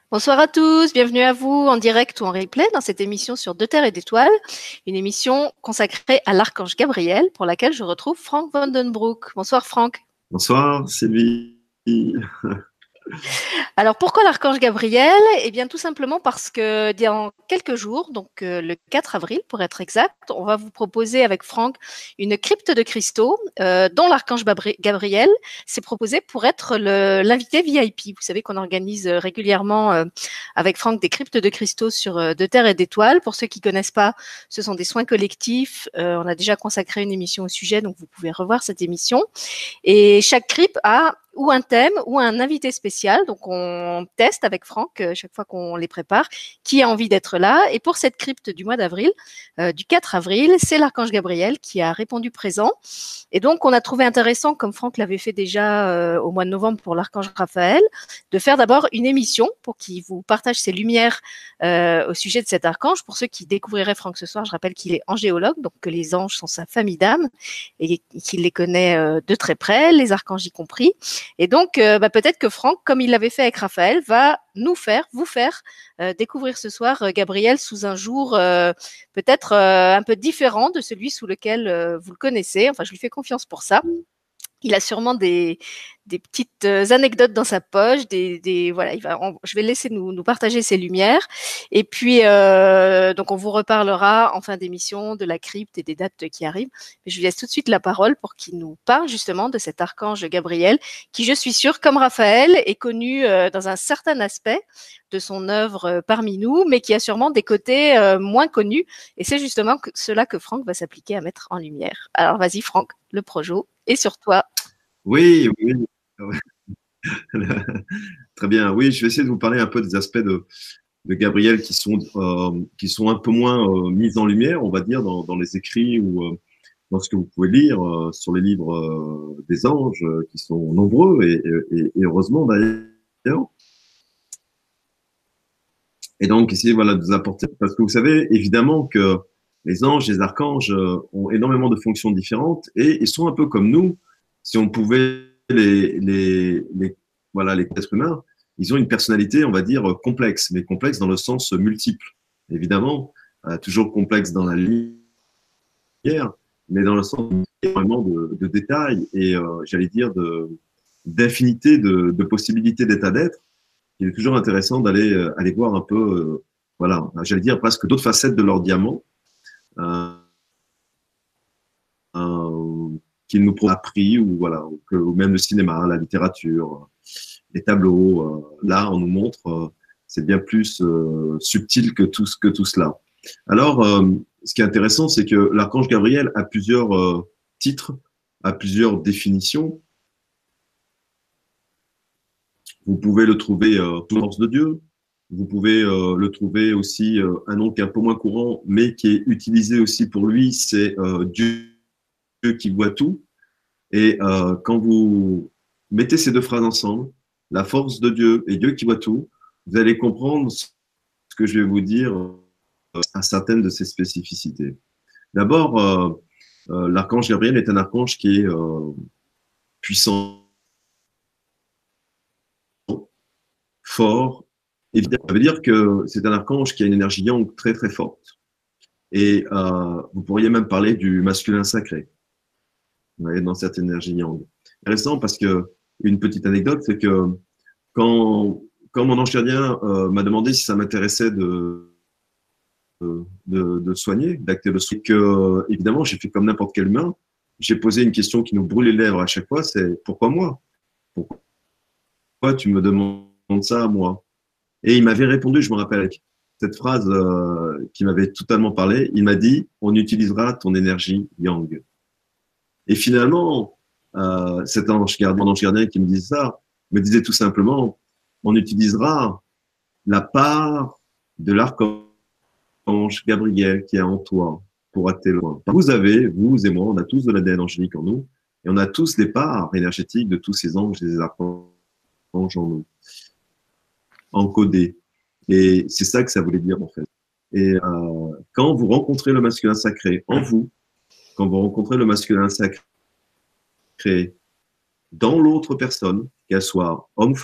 Bonsoir à tous, bienvenue à vous en direct ou en replay dans cette émission sur Deux Terres et d'Étoiles, une émission consacrée à l'archange Gabriel pour laquelle je retrouve Frank Vandenbroek. Bonsoir Frank. Bonsoir Sylvie. Alors pourquoi l'archange Gabriel? Eh bien tout simplement parce que dans quelques jours, donc le 4 avril pour être exact, on va vous proposer avec Franck une crypte de cristaux dont l'archange Gabriel s'est proposé pour être l'invité VIP. Vous savez qu'on organise régulièrement avec Franck des cryptes de cristaux sur de terre et d'étoiles. Pour ceux qui connaissent pas, ce sont des soins collectifs. On a déjà consacré une émission au sujet, donc vous pouvez revoir cette émission. Et chaque crypte a ou un thème ou un invité spécial. Donc, on teste avec Franck, chaque fois qu'on les prépare, qui a envie d'être là. Et pour cette crypte du mois d'avril, du 4 avril, c'est l'archange Gabriel qui a répondu présent. Et donc, on a trouvé intéressant, comme Franck l'avait fait déjà au mois de novembre pour l'archange Raphaël, de faire d'abord une émission pour qu'il vous partage ses lumières au sujet de cet archange. Pour ceux qui découvriraient Franck ce soir, je rappelle qu'il est angéologue, donc que les anges sont sa famille d'âmes et qu'il les connaît de très près, les archanges y compris. Et donc, peut-être que Franck, comme il l'avait fait avec Raphaël, va vous faire découvrir ce soir Gabriel sous un jour peut-être un peu différent de celui sous lequel vous le connaissez. Enfin, je lui fais confiance pour ça. Il a sûrement des petites anecdotes dans sa poche, voilà, je vais laisser nous partager ses lumières. Et puis, donc, on vous reparlera en fin d'émission de la crypte et des dates qui arrivent. Mais je lui laisse tout de suite la parole pour qu'il nous parle justement de cet archange Gabriel, qui, je suis sûre, comme Raphaël, est connu dans un certain aspect de son œuvre parmi nous, mais qui a sûrement des côtés moins connus. Et c'est justement cela que Franck va s'appliquer à mettre en lumière. Alors, vas-y, Franck, le projo est sur toi. Oui, oui. Très bien. Oui, je vais essayer de vous parler un peu des aspects de Gabriel qui sont un peu moins mis en lumière, on va dire, dans les écrits ou dans ce que vous pouvez lire sur les livres des anges, qui sont nombreux et heureusement d'ailleurs. Et donc, essayer voilà, de vous apporter, parce que vous savez évidemment que les anges, les archanges ont énormément de fonctions différentes et ils sont un peu comme nous. Si on pouvait voilà, les êtres humains, ils ont une personnalité, on va dire, complexe, mais complexe dans le sens multiple. Évidemment, toujours complexe dans la lumière, mais dans le sens vraiment de détails et, j'allais dire, d'infinité de possibilités d'état d'être. Il est toujours intéressant d'aller aller voir un peu, voilà, j'allais dire presque d'autres facettes de leur diamant, euh, qu'ils nous ont appris, ou voilà, ou même le cinéma, la littérature, les tableaux. Là, on nous montre, c'est bien plus subtil que tout cela. Alors, ce qui est intéressant, c'est que l'archange Gabriel a plusieurs titres, a plusieurs définitions. Vous pouvez le trouver force de Dieu. Vous pouvez le trouver aussi, un nom qui est un peu moins courant, mais qui est utilisé aussi pour lui, c'est Dieu qui voit tout. Et quand vous mettez ces deux phrases ensemble, la force de Dieu et Dieu qui voit tout, vous allez comprendre ce que je vais vous dire à certaines de ces spécificités. D'abord, l'archange Gabriel est un archange qui est puissant, fort. Évidemment, ça veut dire que c'est un archange qui a une énergie yang très très forte. Et vous pourriez même parler du masculin sacré, vous voyez, dans cette énergie yang. Intéressant parce que une petite anecdote, c'est que quand mon ange gardien m'a demandé si ça m'intéressait de soigner, d'acter le soin, que évidemment j'ai fait comme n'importe quel humain, j'ai posé une question qui nous brûle les lèvres à chaque fois, c'est pourquoi moi? Pourquoi tu me demandes ça à moi? Et il m'avait répondu, je me rappelle, avec cette phrase qui m'avait totalement parlé. Il m'a dit, on utilisera ton énergie yang. Et finalement, cet mon ange gardien qui me disait ça, me disait tout simplement, on utilisera la part de l'archange Gabriel qui est en toi pour atteindre loin. Vous et moi, on a tous de l'ADN angélique en nous, et on a tous des parts énergétiques de tous ces anges et des archanges en nous, encodés. Et c'est ça que ça voulait dire en fait. Et quand vous rencontrez le masculin sacré en vous, quand vous rencontrez le masculin sacré dans l'autre personne, qu'elle soit homme ou femme,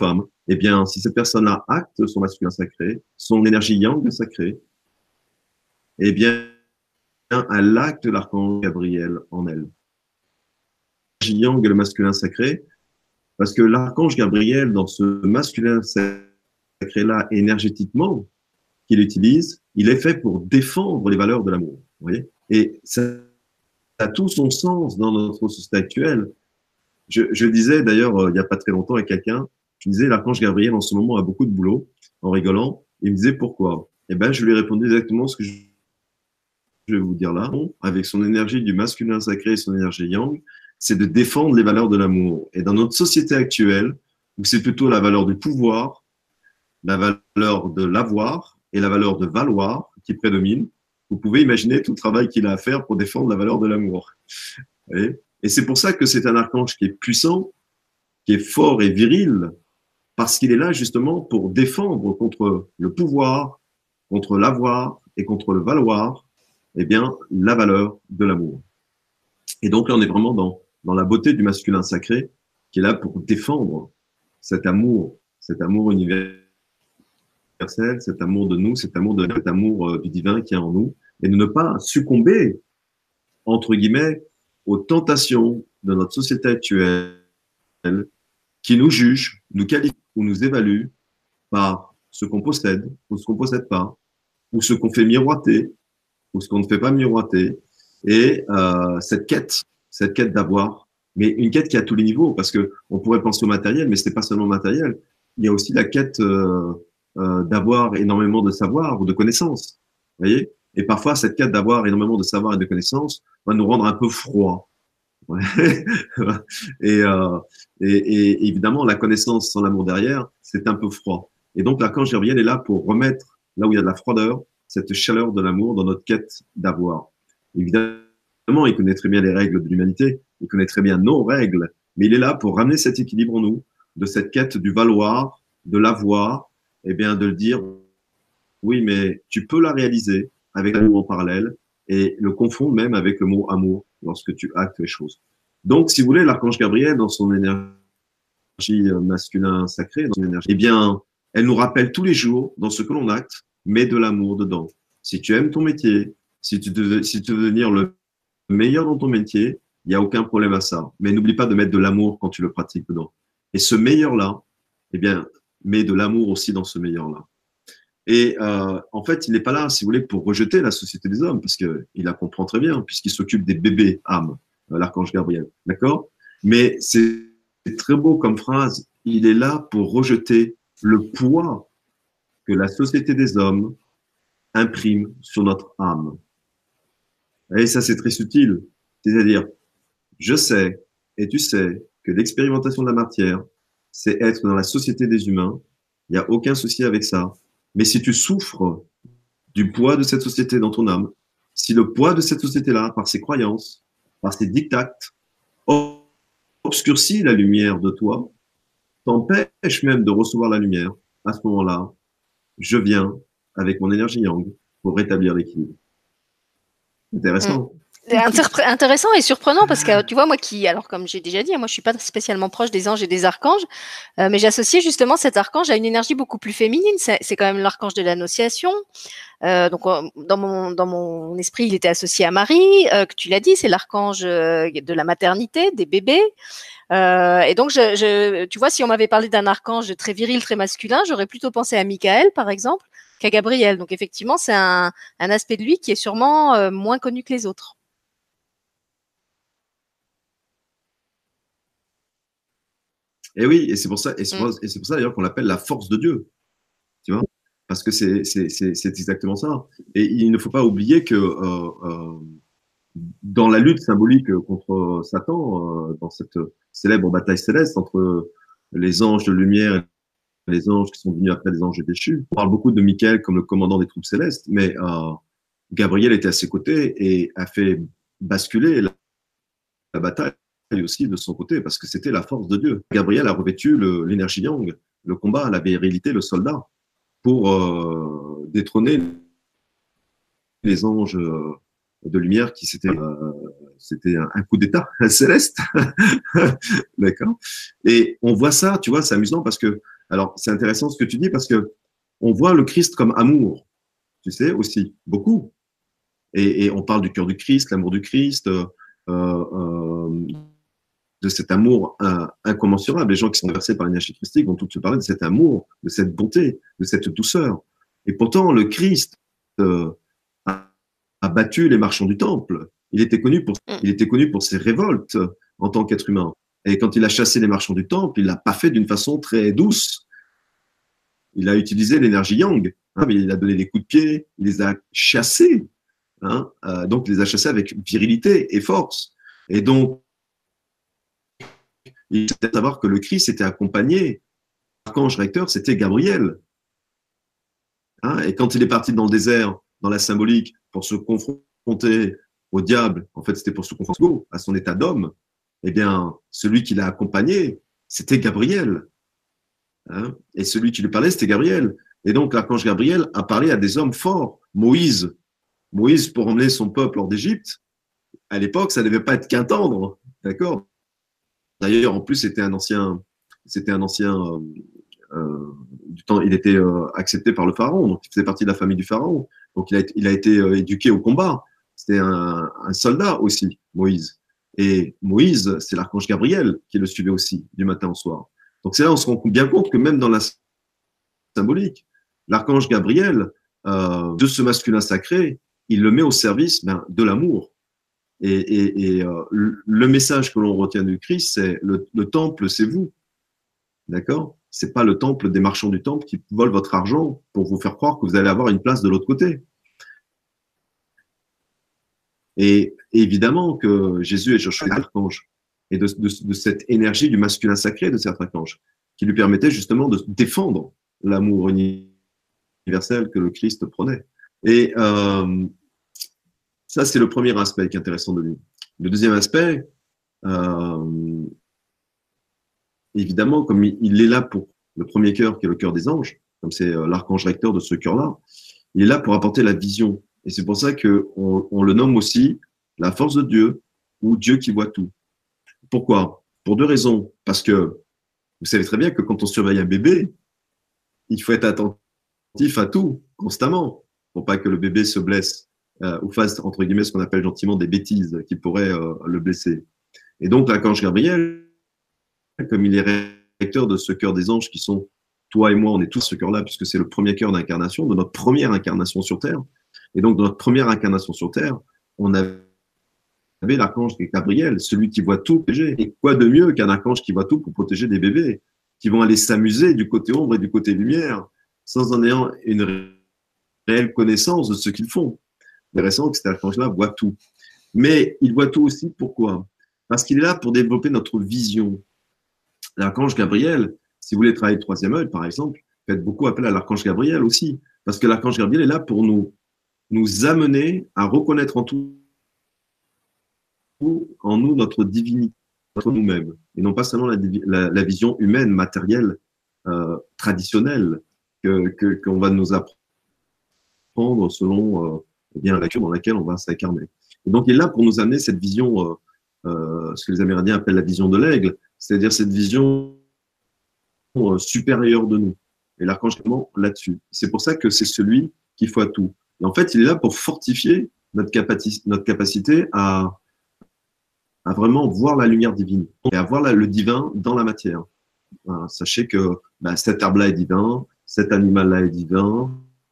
eh bien, si cette personne-là acte son masculin sacré, son énergie yang sacrée, eh bien, elle acte l'archange Gabriel en elle. L'énergie yang et le masculin sacré, parce que l'archange Gabriel, dans ce masculin sacré-là, énergétiquement, qu'il utilise, il est fait pour défendre les valeurs de l'amour. Vous voyez? Et ça a tout son sens dans notre société actuelle. Je disais d'ailleurs, il n'y a pas très longtemps avec quelqu'un, je disais, l'archange Gabriel en ce moment a beaucoup de boulot, en rigolant. Il me disait pourquoi? Eh ben, je lui ai répondu exactement ce que je vais vous dire là. Avec son énergie du masculin sacré et son énergie yang, c'est de défendre les valeurs de l'amour. Et dans notre société actuelle, où c'est plutôt la valeur du pouvoir, la valeur de l'avoir et la valeur de valoir qui prédomine, vous pouvez imaginer tout le travail qu'il a à faire pour défendre la valeur de l'amour. Et c'est pour ça que c'est un archange qui est puissant, qui est fort et viril, parce qu'il est là justement pour défendre contre le pouvoir, contre l'avoir et contre le valoir, eh bien, la valeur de l'amour. Et donc là, on est vraiment dans la beauté du masculin sacré, qui est là pour défendre cet amour universel, cet amour de nous, cet amour du divin qui est en nous, et de ne pas succomber, entre guillemets, aux tentations de notre société actuelle qui nous juge, nous qualifie ou nous évalue par ce qu'on possède ou ce qu'on possède pas, ou ce qu'on fait miroiter ou ce qu'on ne fait pas miroiter. Et cette quête d'avoir, mais une quête qui est à tous les niveaux, parce que on pourrait penser au matériel, mais ce n'est pas seulement matériel. Il y a aussi la quête d'avoir énormément de savoir ou de connaissances. Vous voyez? Et parfois, cette quête d'avoir énormément de savoir et de connaissances va nous rendre un peu froid. Et évidemment, la connaissance sans l'amour derrière, c'est un peu froid. Et donc, l'archange Gabriel est là pour remettre, là où il y a de la froideur, cette chaleur de l'amour dans notre quête d'avoir. Évidemment, il connaît très bien les règles de l'humanité, il connaît très bien nos règles, mais il est là pour ramener cet équilibre en nous, de cette quête du valoir, de l'avoir, et bien de le dire, oui, mais tu peux la réaliser avec l'amour en parallèle et le confondre même avec le mot amour lorsque tu actes les choses. Donc, si vous voulez, l'archange Gabriel, dans son énergie masculin sacré, dans son énergie, eh bien, elle nous rappelle tous les jours, dans ce que l'on acte, mets de l'amour dedans. Si tu aimes ton métier, si tu veux devenir le meilleur dans ton métier, il n'y a aucun problème à ça. Mais n'oublie pas de mettre de l'amour quand tu le pratiques dedans. Et ce meilleur-là, eh bien, mets de l'amour aussi dans ce meilleur-là. Et en fait, il n'est pas là, si vous voulez, pour rejeter la société des hommes, parce qu'il la comprend très bien, puisqu'il s'occupe des bébés âmes, l'archange Gabriel. D'accord? Mais c'est très beau comme phrase. Il est là pour rejeter le poids que la société des hommes imprime sur notre âme. Et ça, c'est très subtil. C'est-à-dire, je sais et tu sais que l'expérimentation de la matière, c'est être dans la société des humains. Il n'y a aucun souci avec ça. Mais si tu souffres du poids de cette société dans ton âme, si le poids de cette société-là, par ses croyances, par ses dictats, obscurcit la lumière de toi, t'empêche même de recevoir la lumière, à ce moment-là, je viens avec mon énergie yang pour rétablir l'équilibre. Intéressant. Intéressant et surprenant parce que tu vois, moi alors comme j'ai déjà dit, moi je suis pas spécialement proche des anges et des archanges, mais j'associe justement cet archange à une énergie beaucoup plus féminine. C'est quand même l'archange de l'annonciation. Donc dans mon esprit, il était associé à Marie, que tu l'as dit, c'est l'archange de la maternité, des bébés. Et donc tu vois, si on m'avait parlé d'un archange très viril, très masculin, j'aurais plutôt pensé à Michael par exemple qu'à Gabriel. Donc effectivement, c'est un aspect de lui qui est sûrement moins connu que les autres. Et oui, et c'est pour ça, d'ailleurs qu'on l'appelle la force de Dieu, tu vois, parce que c'est exactement ça. Et il ne faut pas oublier que dans la lutte symbolique contre Satan, dans cette célèbre bataille céleste entre les anges de lumière et les anges qui sont venus après les anges déchus, on parle beaucoup de Michael comme le commandant des troupes célestes, mais Gabriel était à ses côtés et a fait basculer la bataille aussi de son côté, parce que c'était la force de Dieu. Gabriel a revêtu l'énergie yang, le combat, la virilité, le soldat, pour détrôner les anges de lumière qui c'était un coup d'état céleste. D'accord. Et on voit ça, tu vois, c'est amusant parce que Alors, c'est intéressant ce que tu dis parce que on voit le Christ comme amour, tu sais, aussi, beaucoup. Et on parle du cœur du Christ, l'amour du Christ, de cet amour incommensurable. Les gens qui sont versés par l'énergie christique vont tous se parler de cet amour, de cette bonté, de cette douceur. Et pourtant, le Christ a battu les marchands du temple. Il était connu pour ses révoltes en tant qu'être humain. Et quand il a chassé les marchands du temple, il l'a pas fait d'une façon très douce. Il a utilisé l'énergie yang. Mais il a donné des coups de pied, il les a chassés. Donc, il les a chassés avec virilité et force. Et donc, il faut savoir que le Christ était accompagné. L'archange recteur, c'était Gabriel. Et quand il est parti dans le désert, dans la symbolique, pour se confronter au diable, en fait, c'était pour se confronter à son état d'homme, eh bien, celui qui l'a accompagné, c'était Gabriel. Et celui qui lui parlait, c'était Gabriel. Et donc, l'archange Gabriel a parlé à des hommes forts. Moïse, pour emmener son peuple hors d'Égypte, à l'époque, ça ne devait pas être qu'un tendre, d'accord? D'ailleurs, en plus, c'était un ancien du temps, il était accepté par le pharaon, donc il faisait partie de la famille du pharaon. Donc il a été éduqué au combat. C'était un soldat aussi, Moïse. Et Moïse, c'est l'archange Gabriel qui le suivait aussi du matin au soir. Donc c'est là où on se rend bien compte que même dans la symbolique, l'archange Gabriel, de ce masculin sacré, il le met au service de l'amour. Et le message que l'on retient du Christ, c'est le temple, c'est vous. D'accord? C'est pas le temple des marchands du temple qui volent votre argent pour vous faire croire que vous allez avoir une place de l'autre côté. Et évidemment que Jésus est Joshua l'archange et de cette énergie du masculin sacré de cet archange qui lui permettait justement de défendre l'amour universel que le Christ prenait. Et ça, c'est le premier aspect qui est intéressant de lui. Le deuxième aspect, évidemment, comme il est là pour le premier cœur, qui est le cœur des anges, comme c'est l'archange recteur de ce cœur-là, il est là pour apporter la vision. Et c'est pour ça qu'on le nomme aussi la force de Dieu ou Dieu qui voit tout. Pourquoi? Pour deux raisons. Parce que vous savez très bien que quand on surveille un bébé, il faut être attentif à tout, constamment, pour pas que le bébé se blesse ou fasse, entre guillemets, ce qu'on appelle gentiment des bêtises qui pourraient le blesser. Et donc, l'archange Gabriel, comme il est recteur de ce cœur des anges qui sont toi et moi, on est tous ce cœur-là, puisque c'est le premier cœur d'incarnation, de notre première incarnation sur Terre. Et donc, dans notre première incarnation sur Terre, on avait l'archange Gabriel, celui qui voit tout protéger. Et quoi de mieux qu'un archange qui voit tout pour protéger des bébés qui vont aller s'amuser du côté ombre et du côté lumière, sans en ayant une réelle connaissance de ce qu'ils font. Intéressant que cet archange-là voit tout. Mais il voit tout aussi, pourquoi? Parce qu'il est là pour développer notre vision. L'archange Gabriel, si vous voulez travailler le troisième œil, par exemple, faites beaucoup appel à l'archange Gabriel aussi, parce que l'archange Gabriel est là pour nous amener à reconnaître en nous notre divinité, notre nous-mêmes, et non pas seulement la vision humaine, matérielle, traditionnelle, qu'on va nous apprendre selon la nature dans laquelle on va s'incarner. Et donc, il est là pour nous amener cette vision, ce que les Amérindiens appellent la vision de l'aigle, c'est-à-dire cette vision supérieure de nous. Et l'archange est là-dessus. C'est pour ça que c'est celui qui voit tout. Et en fait, il est là pour fortifier notre capacité à vraiment voir la lumière divine et à voir le divin dans la matière. Sachez que cet arbre-là est divin, cet animal-là est divin.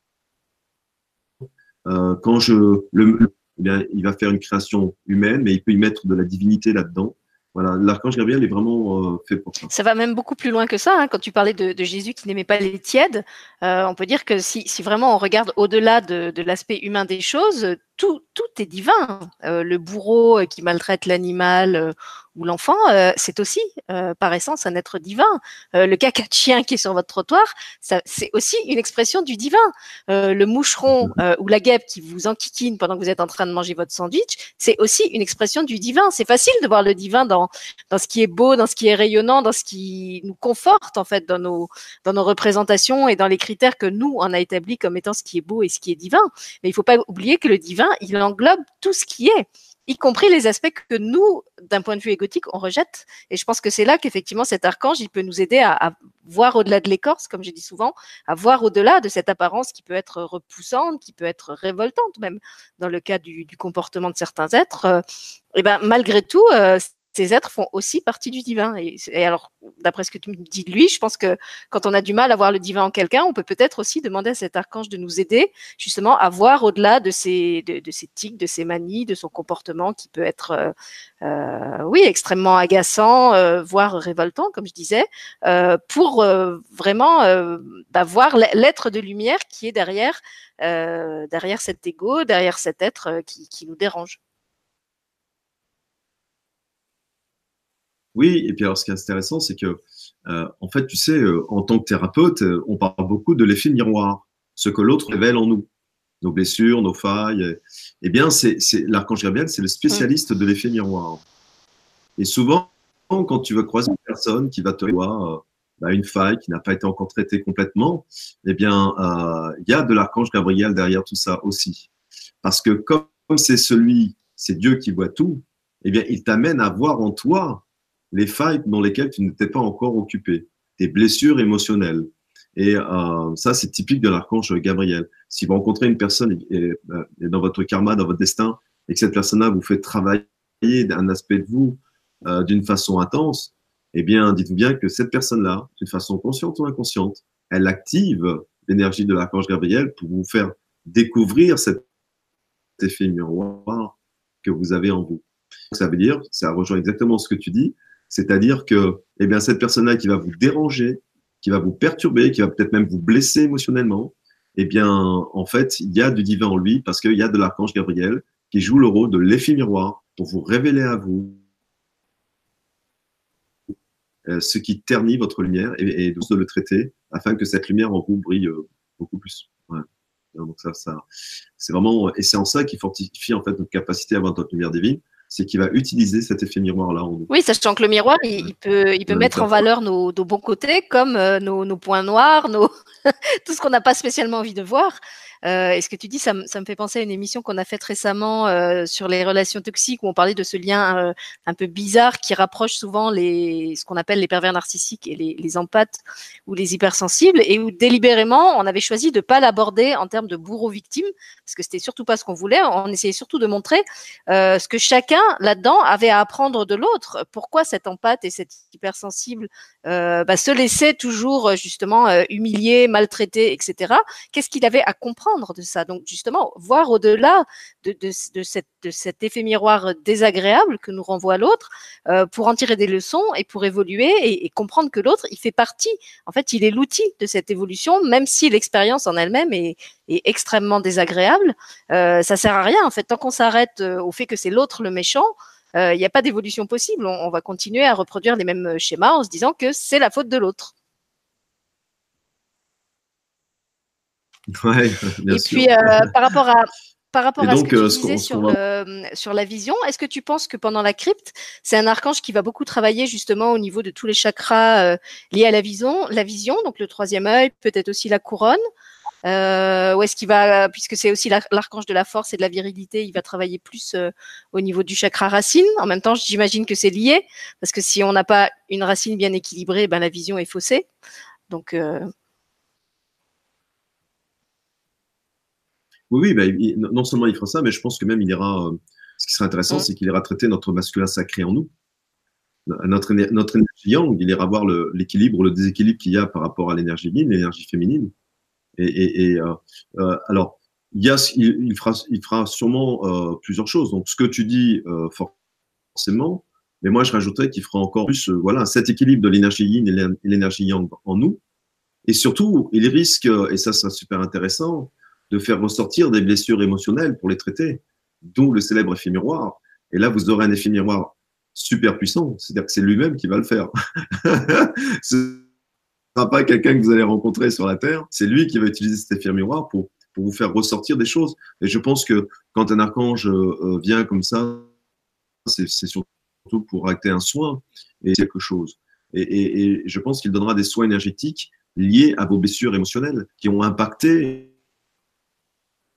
Il va faire une création humaine, mais il peut y mettre de la divinité là-dedans. Voilà, l'archange Gabriel est vraiment fait pour ça. Ça va même beaucoup plus loin que ça. Quand tu parlais de Jésus qui n'aimait pas les tièdes, on peut dire que si vraiment on regarde au-delà de l'aspect humain des choses, tout est divin. Le bourreau qui maltraite l'animal ou l'enfant, c'est aussi par essence un être divin. Le caca de chien qui est sur votre trottoir, c'est aussi une expression du divin. Le moucheron ou la guêpe qui vous enquiquine pendant que vous êtes en train de manger votre sandwich, c'est aussi une expression du divin. C'est facile de voir le divin dans ce qui est beau, dans ce qui est rayonnant, dans ce qui nous conforte en fait dans nos représentations et dans les critères que nous on a établis comme étant ce qui est beau et ce qui est divin. Mais il ne faut pas oublier que le divin, il englobe tout ce qui est, y compris les aspects que nous, d'un point de vue égotique, on rejette. Et je pense que c'est là qu'effectivement cet archange, il peut nous aider à voir au-delà de l'écorce, comme je dis souvent, à voir au-delà de cette apparence qui peut être repoussante, qui peut être révoltante même dans le cas du comportement de certains êtres. Et ben malgré tout, ces êtres font aussi partie du divin. Et alors, d'après ce que tu me dis de lui, je pense que quand on a du mal à voir le divin en quelqu'un, on peut peut-être aussi demander à cet archange de nous aider justement à voir au-delà de ses tics, de ses manies, de son comportement qui peut être, oui, extrêmement agaçant, voire révoltant, comme je disais, pour vraiment voir l'être de lumière qui est derrière cet ego, derrière cet être qui nous dérange. Oui, et puis alors ce qui est intéressant, c'est que, en fait, tu sais, en tant que thérapeute, on parle beaucoup de l'effet miroir, ce que l'autre révèle en nous, nos blessures, nos failles. Eh bien, l'archange Gabriel, c'est le spécialiste de l'effet miroir. Et souvent, quand tu veux croiser une personne qui va te voir une faille qui n'a pas été encore traitée complètement, eh bien, il y a de l'archange Gabriel derrière tout ça aussi. Parce que comme c'est Dieu qui voit tout, eh bien, il t'amène à voir en toi les failles dans lesquelles tu n'étais pas encore occupé, tes blessures émotionnelles. Et ça, c'est typique de l'archange Gabriel. Si vous rencontrez une personne et dans votre karma, dans votre destin, et que cette personne-là vous fait travailler un aspect de vous d'une façon intense, eh bien, dites-vous bien que cette personne-là, d'une façon consciente ou inconsciente, elle active l'énergie de l'archange Gabriel pour vous faire découvrir cet effet miroir que vous avez en vous. Ça veut dire, ça rejoint exactement ce que tu dis, c'est-à-dire que eh bien, cette personne-là qui va vous déranger, qui va vous perturber, qui va peut-être même vous blesser émotionnellement, eh bien, en fait, il y a du divin en lui parce qu'il y a de l'archange Gabriel qui joue le rôle de l'effet miroir pour vous révéler à vous ce qui ternit votre lumière et de le traiter afin que cette lumière en vous brille beaucoup plus. Ouais. Donc ça, c'est vraiment, et c'est en ça qu'il fortifie en fait notre capacité à avoir notre lumière divine, c'est qu'il va utiliser cet effet miroir-là en nous. Oui, sachant que le miroir, il peut mettre en valeur nos bons côtés, comme nos points noirs, tout ce qu'on n'a pas spécialement envie de voir. Et ce que tu dis, ça me fait penser à une émission qu'on a faite récemment sur les relations toxiques, où on parlait de ce lien un peu bizarre qui rapproche souvent ce qu'on appelle les pervers narcissiques et les empathes ou les hypersensibles, et où délibérément, on avait choisi de ne pas l'aborder en termes de bourreau-victime, parce que c'était surtout pas ce qu'on voulait. On essayait surtout de montrer ce que chacun là-dedans avait à apprendre de l'autre. Pourquoi cet empathe et cet hypersensible se laissait toujours justement humilier, maltraiter, etc. Qu'est-ce qu'il avait à comprendre de ça? Donc justement, voir au-delà de cet effet miroir désagréable que nous renvoie l'autre, pour en tirer des leçons et pour évoluer et comprendre que l'autre, il fait partie. En fait, il est l'outil de cette évolution, même si l'expérience en elle-même est extrêmement désagréable. Ça sert à rien en fait. Tant qu'on s'arrête au fait que c'est l'autre le méchant, il n'y a pas d'évolution possible. On va continuer à reproduire les mêmes schémas en se disant que c'est la faute de l'autre. Ouais, bien et sûr. puis, par rapport à donc, ce que tu disais sur la vision, est-ce que tu penses que pendant la crypte, c'est un archange qui va beaucoup travailler justement au niveau de tous les chakras liés à la vision, donc le troisième œil, peut-être aussi la couronne, ou est-ce qu'il va, puisque c'est aussi l'archange de la force et de la virilité, il va travailler plus au niveau du chakra racine? En même temps, j'imagine que c'est lié, parce que si on n'a pas une racine bien équilibrée, la vision est faussée. Donc, oui, non seulement il fera ça, mais je pense que même il ira. Ce qui serait intéressant, c'est qu'il ira traiter notre masculin sacré en nous. Notre énergie yang, il ira voir l'équilibre ou le déséquilibre qu'il y a par rapport à l'énergie yin, l'énergie féminine. Alors, il fera sûrement plusieurs choses. Donc, ce que tu dis, forcément, mais moi, je rajouterais qu'il fera encore plus, cet équilibre de l'énergie yin et l'énergie yang en nous. Et surtout, il risque, et ça sera super intéressant, de faire ressortir des blessures émotionnelles pour les traiter, dont le célèbre effet miroir. Et là, vous aurez un effet miroir super puissant, c'est-à-dire que c'est lui-même qui va le faire. Ce ne sera pas quelqu'un que vous allez rencontrer sur la Terre, c'est lui qui va utiliser cet effet miroir pour vous faire ressortir des choses. Et je pense que quand un archange vient comme ça, c'est surtout pour acter un soin et quelque chose. Et je pense qu'il donnera des soins énergétiques liés à vos blessures émotionnelles qui ont impacté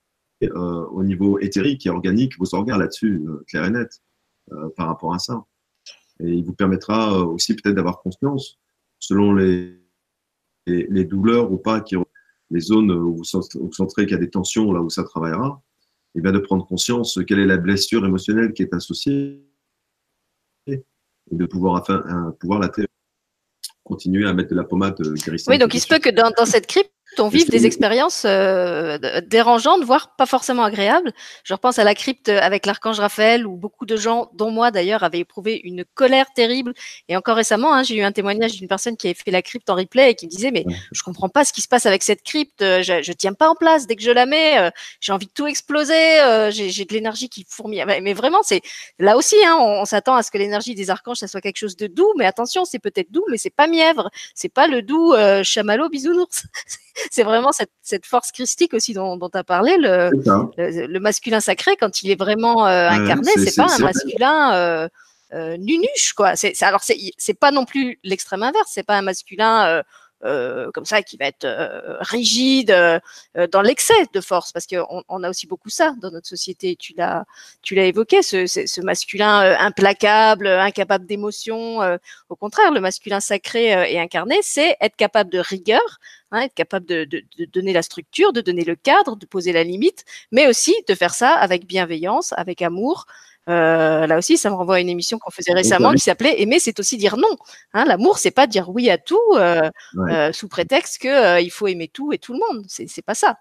au niveau éthérique et organique vos organes là-dessus, clair et net, par rapport à ça. Et il vous permettra aussi peut-être d'avoir conscience, selon les douleurs ou pas, les zones où vous sentirez qu'il y a des tensions, là où ça travaillera, et bien de prendre conscience quelle est la blessure émotionnelle qui est associée et de pouvoir, pouvoir continuer à mettre de la pommade guérissante. Oui, donc il se peut que dans cette crypte, on vive des expériences dérangeantes, voire pas forcément agréables. Je repense à la crypte avec l'archange Raphaël, où beaucoup de gens, dont moi d'ailleurs, avaient éprouvé une colère terrible. Et encore récemment, hein, j'ai eu un témoignage d'une personne qui avait fait la crypte en replay et qui me disait mais je comprends pas ce qui se passe avec cette crypte, je tiens pas en place. Dès que je la mets, j'ai envie de tout exploser, j'ai de l'énergie qui fourmille. Mais vraiment, c'est là aussi, hein, on s'attend à ce que l'énergie des archanges, ça soit quelque chose de doux. Mais attention, c'est peut-être doux, mais c'est pas mièvre. C'est pas le doux chamallow bisounours. C'est vraiment cette force christique aussi dont tu as parlé, le masculin sacré, quand il est vraiment incarné, c'est pas un masculin nunuche, quoi. Alors, c'est pas non plus l'extrême inverse, c'est pas un masculin comme ça qui va être rigide dans l'excès de force, parce qu'on a aussi beaucoup ça dans notre société. Tu l'as évoqué, ce masculin implacable, incapable d'émotion. Au contraire, le masculin sacré et incarné, c'est être capable de rigueur, hein, être capable de donner la structure, de donner le cadre, de poser la limite, mais aussi de faire ça avec bienveillance, avec amour. Là aussi, ça me renvoie à une émission qu'on faisait récemment qui s'appelait Aimer, c'est aussi dire non. Hein, l'amour, c'est pas dire oui à tout sous prétexte que il faut aimer tout et tout le monde. C'est pas ça.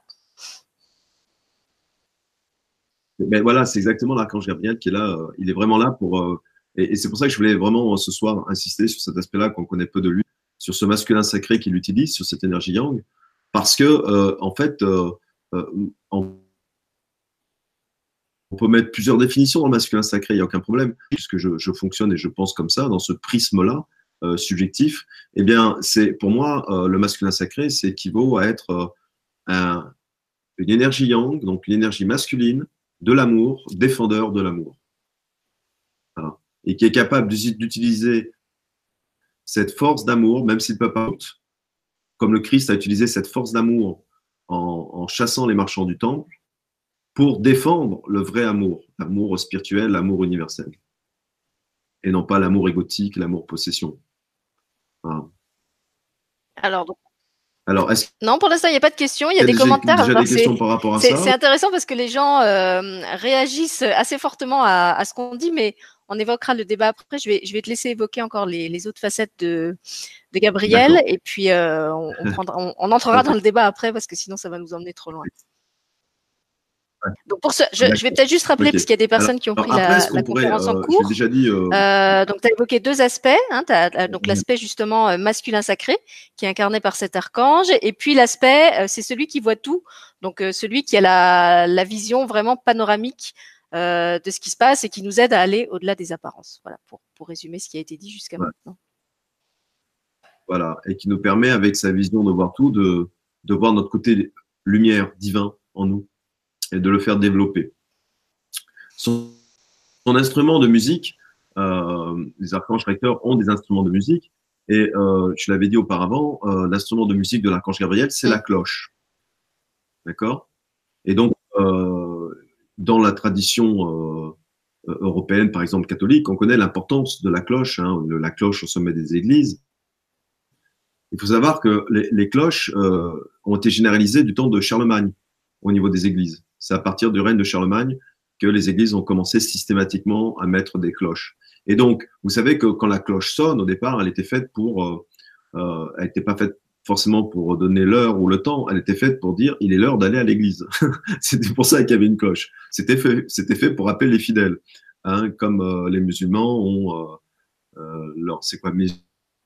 Mais voilà, c'est exactement l'archange Gabriel qui est là. Il est vraiment là pour. Et c'est pour ça que je voulais vraiment ce soir insister sur cet aspect-là qu'on connaît peu de lui, sur ce masculin sacré qu'il utilise, sur cette énergie yang, parce que en fait, on peut mettre plusieurs définitions dans le masculin sacré, il n'y a aucun problème, puisque je fonctionne et je pense comme ça, dans ce prisme-là, subjectif. Eh bien, c'est pour moi, le masculin sacré, c'est équivaut à être une énergie yang, donc l'énergie masculine de l'amour, défendeur de l'amour. Voilà. Et qui est capable d'utiliser cette force d'amour, même s'il ne peut pas, comme le Christ a utilisé cette force d'amour en chassant les marchands du temple, pour défendre le vrai amour, l'amour spirituel, l'amour universel. Et non pas l'amour égotique, l'amour possession. Voilà. Alors, non, pour l'instant, il n'y a pas de questions. Il y a des commentaires. Déjà des questions par rapport à ça. C'est intéressant parce que les gens réagissent assez fortement à ce qu'on dit, mais on évoquera le débat après. Je vais te laisser évoquer encore les autres facettes de Gabriel, et puis on entrera dans le débat après parce que sinon, ça va nous emmener trop loin. Donc pour ce, je vais peut-être juste rappeler, parce qu'il y a des personnes qui ont pris la conférence en cours. Déjà dit, donc, tu as évoqué deux aspects. Hein, donc, l'aspect justement masculin sacré, qui est incarné par cet archange. Et puis, l'aspect, c'est celui qui voit tout. Donc, celui qui a la vision vraiment panoramique de ce qui se passe et qui nous aide à aller au-delà des apparences. Voilà, pour résumer ce qui a été dit jusqu'à maintenant. Voilà, et qui nous permet, avec sa vision de voir tout, de voir notre côté lumière, divin en nous, et de le faire développer. Son instrument de musique, les archanges recteurs ont des instruments de musique, et je l'avais dit auparavant, l'instrument de musique de l'archange Gabriel, c'est la cloche. D'accord? Et donc, dans la tradition européenne, par exemple catholique, on connaît l'importance de la cloche, hein, la cloche au sommet des églises. Il faut savoir que les cloches ont été généralisées du temps de Charlemagne au niveau des églises. C'est à partir du règne de Charlemagne que les églises ont commencé systématiquement à mettre des cloches. Et donc, vous savez que quand la cloche sonne, au départ, elle était faite pour, elle n'était pas faite forcément pour donner l'heure ou le temps, elle était faite pour dire il est l'heure d'aller à l'église. C'était pour ça qu'il y avait une cloche. C'était fait pour appeler les fidèles, hein, comme les musulmans ont c'est quoi, je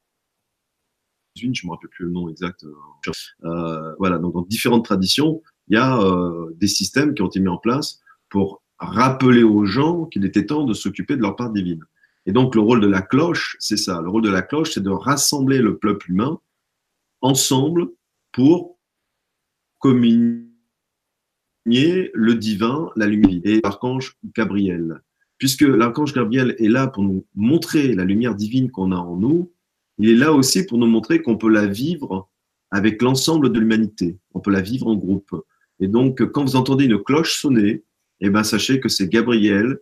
me rappelle plus le nom exact. Voilà, donc dans différentes traditions, il y a des systèmes qui ont été mis en place pour rappeler aux gens qu'il était temps de s'occuper de leur part divine. Et donc le rôle de la cloche, c'est ça. Le rôle de la cloche, c'est de rassembler le peuple humain ensemble pour communier le divin, la lumière. Et l'archange Gabriel, puisque l'archange Gabriel est là pour nous montrer la lumière divine qu'on a en nous, il est là aussi pour nous montrer qu'on peut la vivre avec l'ensemble de l'humanité. On peut la vivre en groupe. Et donc, quand vous entendez une cloche sonner, eh ben, sachez que c'est Gabriel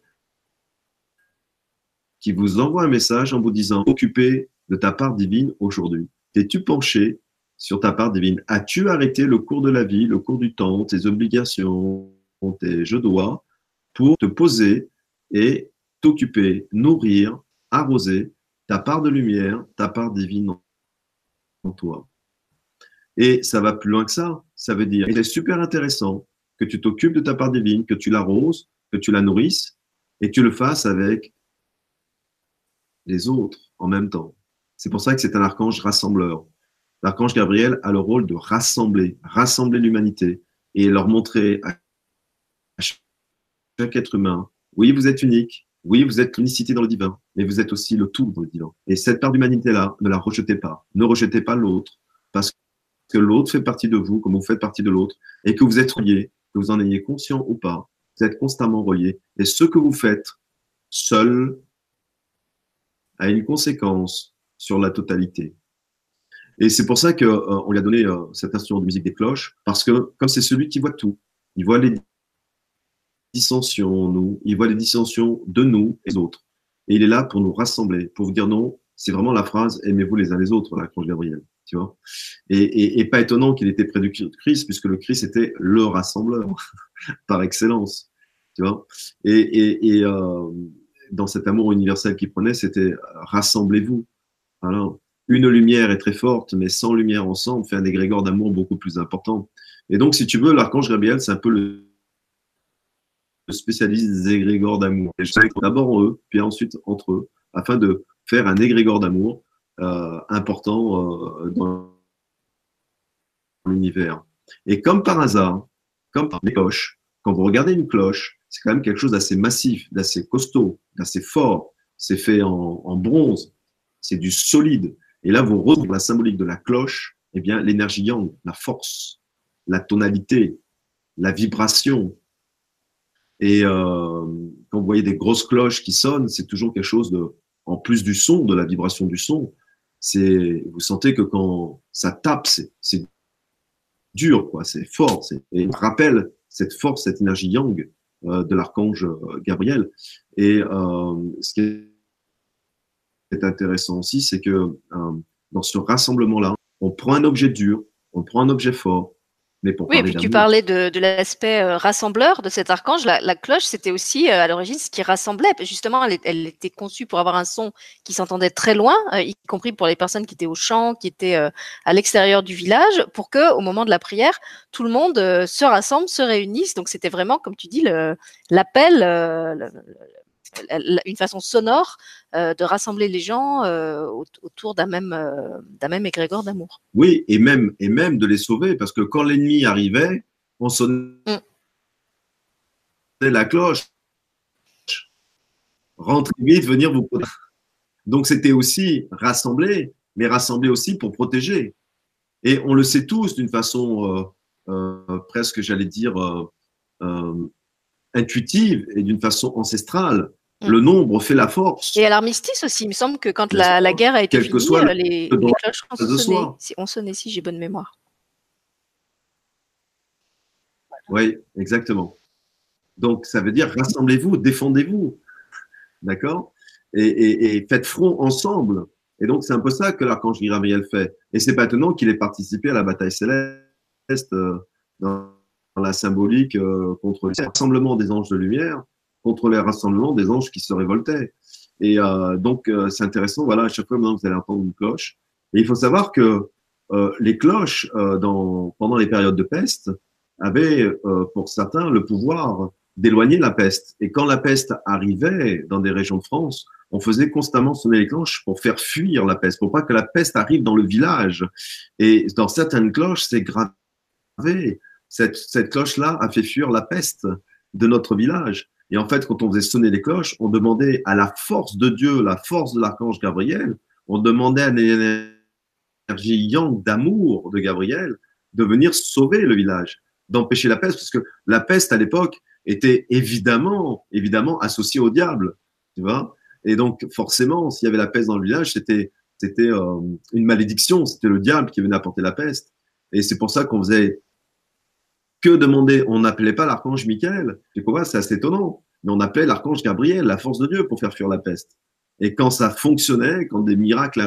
qui vous envoie un message en vous disant occupé de ta part divine aujourd'hui. T'es-tu penché sur ta part divine? As-tu arrêté le cours de la vie, le cours du temps, tes obligations, tes je dois, pour te poser et t'occuper, nourrir, arroser ta part de lumière, ta part divine en toi? Et ça va plus loin que ça. Ça veut dire, il est super intéressant que tu t'occupes de ta part divine, que tu l'arroses, que tu la nourrisses et que tu le fasses avec les autres en même temps. C'est pour ça que c'est un archange rassembleur. L'archange Gabriel a le rôle de rassembler, rassembler l'humanité et leur montrer à chaque être humain, oui, vous êtes unique, oui, vous êtes l'unicité dans le divin, mais vous êtes aussi le tout dans le divin. Et cette part d'humanité-là, ne la rejetez pas. Ne rejetez pas l'autre, parce que l'autre fait partie de vous, comme vous faites partie de l'autre, et que vous êtes reliés, que vous en ayez conscient ou pas, vous êtes constamment reliés. Et ce que vous faites seul a une conséquence sur la totalité. Et c'est pour ça qu'on lui a donné cet instrument de musique des cloches, parce que comme c'est celui qui voit tout, il voit les dissensions en nous, il voit les dissensions de nous et des autres. Et il est là pour nous rassembler, pour vous dire non, c'est vraiment la phrase aimez-vous les uns les autres, l'archange Gabriel, tu vois. Et pas étonnant qu'il était près du Christ, puisque le Christ était le rassembleur par excellence, tu vois. Dans cet amour universel qu'il prenait, c'était rassemblez-vous. Alors, une lumière est très forte, mais 100 lumières ensemble fait un égrégore d'amour beaucoup plus important. Et donc, si tu veux, l'archange Gabriel, c'est un peu le spécialiste des égrégores d'amour. D'abord en eux, puis ensuite entre eux, afin de faire un égrégore d'amour important dans l'univers. Et comme par hasard, comme par les cloches, quand vous regardez une cloche, c'est quand même quelque chose d'assez massif, d'assez costaud, d'assez fort. C'est fait en bronze, c'est du solide. Et là, vous retrouvez la symbolique de la cloche, eh bien, l'énergie yang, la force, la tonalité, la vibration. Et quand vous voyez des grosses cloches qui sonnent, c'est toujours quelque chose de, en plus du son, de la vibration du son, vous sentez que quand ça tape, c'est dur, quoi, c'est fort. Et on rappelle cette force, cette énergie yang de l'archange Gabriel. Et ce qui est intéressant aussi, c'est que dans ce rassemblement-là, on prend un objet dur, on prend un objet fort, mais pour Oui, et parler puis tu d'amour. parlais de l'aspect rassembleur de cet archange. La cloche, c'était aussi à l'origine ce qui rassemblait. Justement, elle était conçue pour avoir un son qui s'entendait très loin, y compris pour les personnes qui étaient au champ, qui étaient à l'extérieur du village, pour que, au moment de la prière, tout le monde se rassemble, se réunisse. Donc, c'était vraiment, comme tu dis, l'appel, une façon sonore de rassembler les gens autour d'un même égrégore d'amour. Oui, et même de les sauver, parce que quand l'ennemi arrivait, on sonnait la cloche, rentrez vite, venir vous protéger. Donc c'était aussi rassembler, mais rassembler aussi pour protéger. Et on le sait tous d'une façon presque, j'allais dire, intuitive et d'une façon ancestrale. Le nombre fait la force. Et à l'armistice aussi, il me semble que quand la guerre a été quel que finie, soit les cloches ont sonné, si j'ai bonne mémoire. Oui, exactement. Donc, ça veut dire rassemblez-vous, défendez-vous, d'accord, et faites front ensemble. Et donc, c'est un peu ça que l'archange Gabriel fait. Et c'est pas étonnant qu'il ait participé à la bataille céleste dans la symbolique contre le rassemblement des anges de lumière, contre les rassemblements des anges qui se révoltaient. Et donc, c'est intéressant. Voilà, à chaque fois, maintenant, vous allez entendre une cloche. Et il faut savoir que les cloches, pendant les périodes de peste, avaient, pour certains, le pouvoir d'éloigner la peste. Et quand la peste arrivait dans des régions de France, on faisait constamment sonner les cloches pour faire fuir la peste, pour pas que la peste arrive dans le village. Et dans certaines cloches, c'est gravé. Cette cloche-là a fait fuir la peste de notre village. Et en fait, quand on faisait sonner les cloches, on demandait à la force de Dieu, la force de l'archange Gabriel, on demandait à l'énergie yang d'amour de Gabriel de venir sauver le village, d'empêcher la peste, parce que la peste à l'époque était évidemment associée au diable, tu vois. Et donc forcément, s'il y avait la peste dans le village, c'était une malédiction, c'était le diable qui venait apporter la peste. Et c'est pour ça qu'on faisait que demander? On n'appelait pas l'archange Michael. Tu vois, c'est assez étonnant. Mais on appelait l'archange Gabriel, la force de Dieu, pour faire fuir la peste. Et quand ça fonctionnait, quand des miracles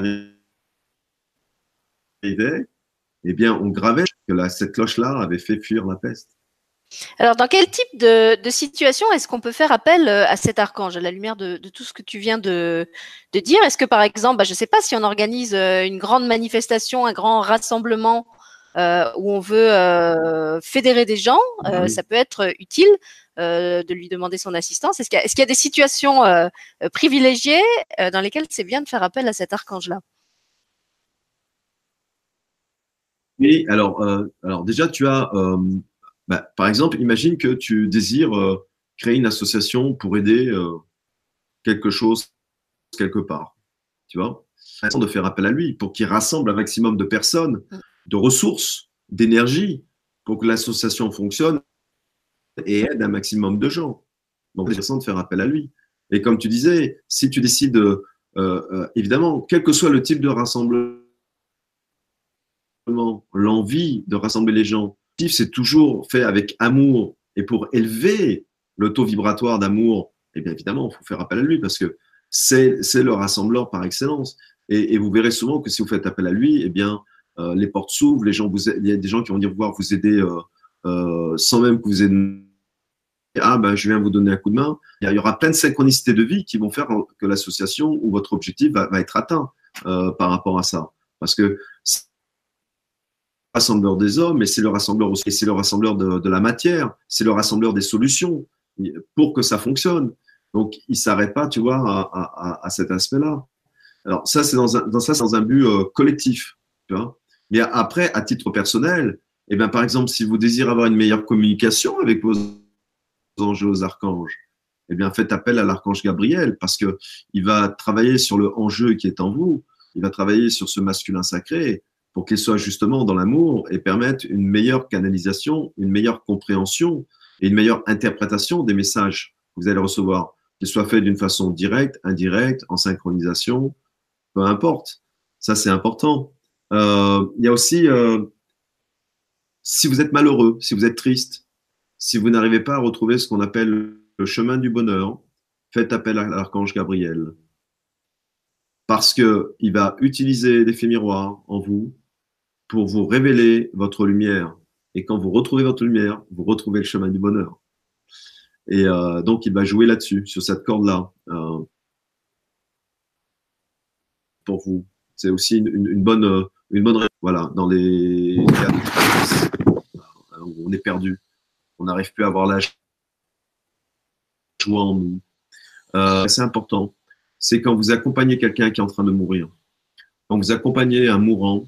arrivaient, eh bien, on gravait que cette cloche-là avait fait fuir la peste. Alors, dans quel type de situation est-ce qu'on peut faire appel à cet archange, à la lumière de tout ce que tu viens de dire? Est-ce que, par exemple, je ne sais pas si on organise une grande manifestation, un grand rassemblement où on veut fédérer des gens, Oui. ça peut être utile de lui demander son assistance. Est-ce qu'il y a des situations privilégiées dans lesquelles c'est bien de faire appel à cet archange-là? Oui, alors déjà, tu as, par exemple, imagine que tu désires créer une association pour aider quelque chose quelque part. Tu vois, de faire appel à lui pour qu'il rassemble un maximum de personnes, de ressources, d'énergie pour que l'association fonctionne et aide un maximum de gens. Donc, c'est intéressant de faire appel à lui. Et comme tu disais, si tu décides, évidemment, quel que soit le type de rassemblement, l'envie de rassembler les gens, c'est toujours fait avec amour et pour élever le taux vibratoire d'amour, eh bien évidemment, il faut faire appel à lui parce que c'est le rassembleur par excellence. Et vous verrez souvent que si vous faites appel à lui, eh bien, les portes s'ouvrent, il y a des gens qui vont dire pouvoir vous aider sans même que vous ayez je viens vous donner un coup de main. Il y aura plein de synchronicités de vie qui vont faire que l'association ou votre objectif va être atteint par rapport à ça. Parce que rassembleur des hommes, mais c'est le rassembleur aussi, c'est le rassembleur de la matière, c'est le rassembleur des solutions pour que ça fonctionne. Donc, il ne s'arrête pas, tu vois, à cet aspect-là. Alors, ça, c'est dans un but collectif, tu vois. Mais après, à titre personnel, eh bien, par exemple, si vous désirez avoir une meilleure communication avec vos anges, aux archanges, eh bien, faites appel à l'archange Gabriel parce que il va travailler sur le enjeu qui est en vous. Il va travailler sur ce masculin sacré pour qu'il soit justement dans l'amour et permettre une meilleure canalisation, une meilleure compréhension et une meilleure interprétation des messages que vous allez recevoir, qu'ils soient faits d'une façon directe, indirecte, en synchronisation, peu importe. Ça, c'est important. Il y a aussi, si vous êtes malheureux, si vous êtes triste, si vous n'arrivez pas à retrouver ce qu'on appelle le chemin du bonheur, faites appel à l'archange Gabriel. Parce qu'il va utiliser l'effet miroir en vous pour vous révéler votre lumière. Et quand vous retrouvez votre lumière, vous retrouvez le chemin du bonheur. Et donc, il va jouer là-dessus, sur cette corde-là, pour vous. C'est aussi une bonne, voilà, dans les cas où on est perdu, on n'arrive plus à avoir la joie en nous. C'est important. C'est quand vous accompagnez quelqu'un qui est en train de mourir. Quand vous accompagnez un mourant,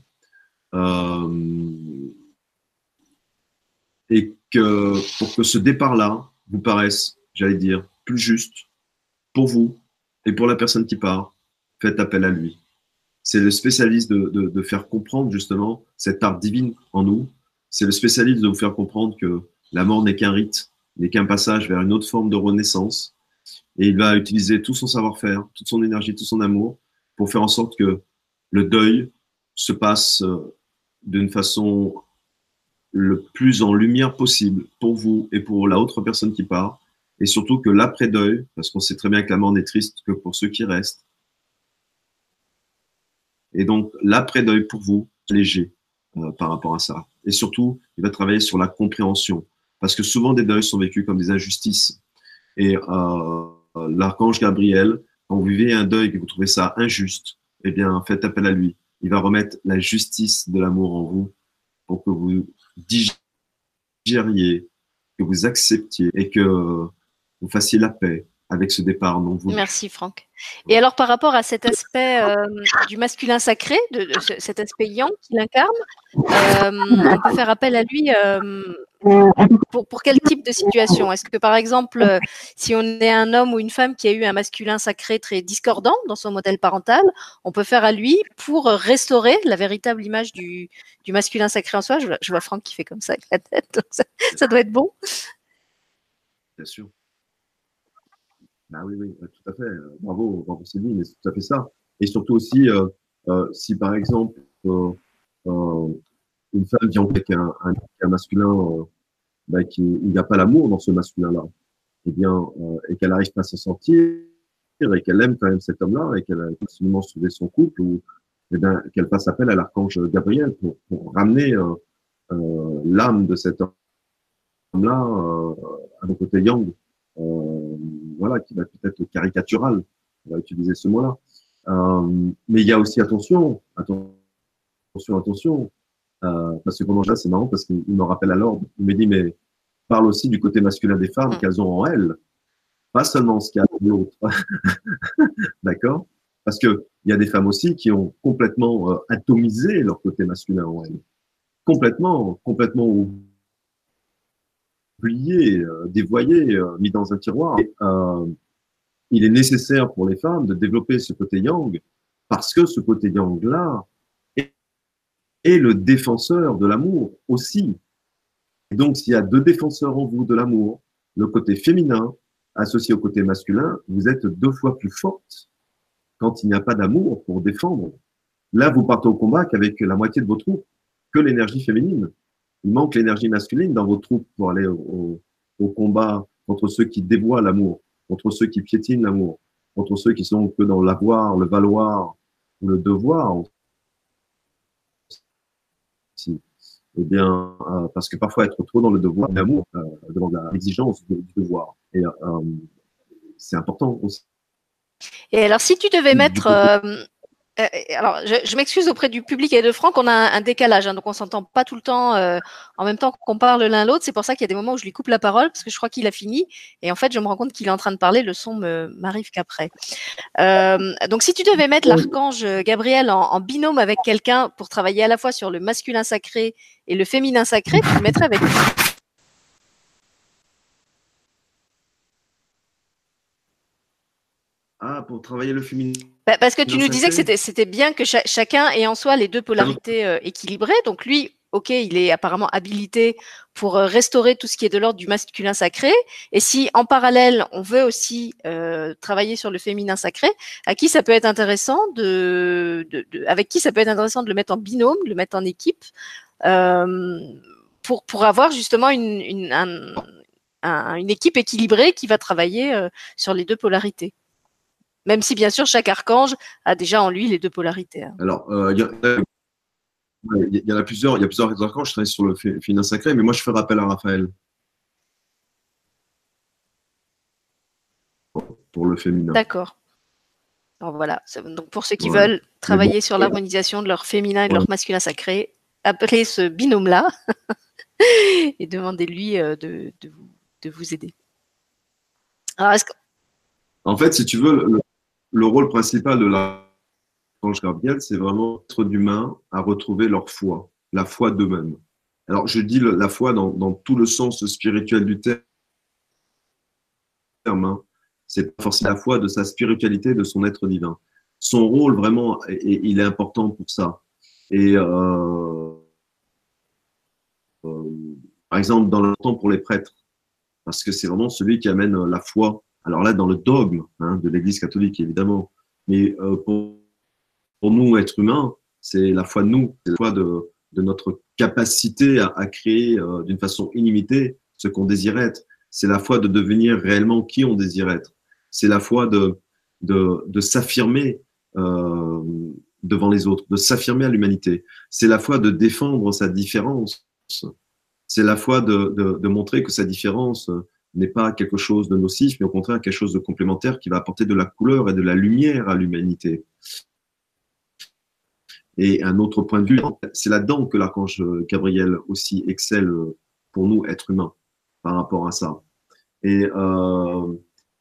et que pour que ce départ-là vous paraisse, j'allais dire, plus juste pour vous et pour la personne qui part, faites appel à lui. C'est le spécialiste de faire comprendre justement cette part divine en nous. C'est le spécialiste de vous faire comprendre que la mort n'est qu'un rite, n'est qu'un passage vers une autre forme de renaissance. Et il va utiliser tout son savoir-faire, toute son énergie, tout son amour pour faire en sorte que le deuil se passe d'une façon le plus en lumière possible pour vous et pour la autre personne qui part. Et surtout que l'après-deuil, parce qu'on sait très bien que la mort n'est triste que pour ceux qui restent. Et donc, l'après-deuil pour vous, léger par rapport à ça. Et surtout, il va travailler sur la compréhension. Parce que souvent, des deuils sont vécus comme des injustices. Et l'archange Gabriel, quand vous vivez un deuil et que vous trouvez ça injuste, eh bien, faites appel à lui. Il va remettre la justice de l'amour en vous pour que vous digériez, que vous acceptiez et que vous fassiez la paix avec ce départ non voulu. Merci Franck. Et alors par rapport à cet aspect du masculin sacré, de cet aspect yang qu'il incarne, on peut faire appel à lui pour quel type de situation? Est-ce que par exemple, si on est un homme ou une femme qui a eu un masculin sacré très discordant dans son modèle parental, on peut faire à lui pour restaurer la véritable image du masculin sacré en soi? Je vois Franck qui fait comme ça avec la tête, donc ça doit être bon. Bien sûr. Oui, tout à fait. Bravo, Sylvie, mais c'est tout à fait ça. Et surtout aussi, si par exemple, une femme vient avec un masculin il n'y a pas l'amour dans ce masculin-là, eh bien, et qu'elle n'arrive pas à s'en sortir, et qu'elle aime quand même cet homme-là, et qu'elle a absolument sauvé son couple, ou eh bien, qu'elle fasse appel à l'archange Gabriel pour ramener l'âme de cet homme-là à mon côté yang, voilà, qui va peut-être caricatural, on va utiliser ce mot-là. Mais il y a aussi attention, parce que pendant là, c'est marrant parce qu'il me rappelle à l'ordre. Il me dit, mais parle aussi du côté masculin des femmes qu'elles ont en elles, pas seulement ce qu'il y a dans l'autre. D'accord? Parce que il y a des femmes aussi qui ont complètement atomisé leur côté masculin en elles. Complètement oublié, dévoyé, mis dans un tiroir. Et, il est nécessaire pour les femmes de développer ce côté yang parce que ce côté yang-là est le défenseur de l'amour aussi. Et donc, s'il y a deux défenseurs en vous de l'amour, le côté féminin associé au côté masculin, vous êtes 2 fois plus forte quand il n'y a pas d'amour pour défendre. Là, vous partez au combat qu'avec la moitié de vos troupes, que l'énergie féminine. Il manque l'énergie masculine dans vos troupes pour aller au combat contre ceux qui dévoient l'amour, contre ceux qui piétinent l'amour, contre ceux qui sont que dans l'avoir, le valoir, le devoir aussi. Eh bien, parce que parfois être trop dans le devoir d'amour demande l'exigence du devoir. Et c'est important aussi. Et alors, si tu devais mettre alors, je m'excuse auprès du public et de Franck, on a un décalage, hein, donc on s'entend pas tout le temps en même temps qu'on parle l'un l'autre. C'est pour ça qu'il y a des moments où je lui coupe la parole parce que je crois qu'il a fini. Et en fait, je me rends compte qu'il est en train de parler. Le son m'arrive qu'après. Donc, si tu devais mettre l'archange Gabriel en binôme avec quelqu'un pour travailler à la fois sur le masculin sacré et le féminin sacré, tu le mettrais avec qui? Ah, pour travailler le féminin. Parce que tu nous disais que c'était bien que chacun ait en soi les 2 polarités équilibrées. Donc lui, ok, il est apparemment habilité pour restaurer tout ce qui est de l'ordre du masculin sacré. Et si en parallèle, on veut aussi travailler sur le féminin sacré, à qui ça peut être intéressant avec qui ça peut être intéressant de le mettre en binôme, de le mettre en équipe, pour avoir justement une équipe équilibrée qui va travailler sur les 2 polarités. Même si, bien sûr, chaque archange a déjà en lui les 2 polarités. Hein. Alors, il y en a plusieurs. Il y a plusieurs archanges. Je travaille sur le féminin sacré, mais moi, je fais rappel à Raphaël pour le féminin. D'accord. Alors, voilà. Donc, pour ceux qui veulent travailler sur l'harmonisation de leur féminin et de leur masculin sacré, appelez ce binôme-là et demandez-lui de vous aider. Alors, en fait, si tu veux, le rôle principal de l'archange Gabriel, c'est vraiment être d'humains à retrouver leur foi, la foi d'eux-mêmes. Alors, je dis la foi dans tout le sens spirituel du terme. Hein. C'est pas forcément la foi de sa spiritualité, de son être divin. Son rôle, vraiment, il est important pour ça. Et par exemple, dans le temps pour les prêtres, parce que c'est vraiment celui qui amène la foi. Alors là, dans le dogme de l'Église catholique, évidemment. Mais pour nous, êtres humains, c'est la foi de nous, c'est la foi de notre capacité à créer d'une façon illimitée ce qu'on désire être. C'est la foi de devenir réellement qui on désire être. C'est la foi de s'affirmer devant les autres, de s'affirmer à l'humanité. C'est la foi de défendre sa différence. C'est la foi de montrer que sa différence n'est pas quelque chose de nocif, mais au contraire quelque chose de complémentaire qui va apporter de la couleur et de la lumière à l'humanité. Et un autre point de vue, c'est là-dedans que l'archange Gabriel aussi excelle pour nous, êtres humains, par rapport à ça. Et en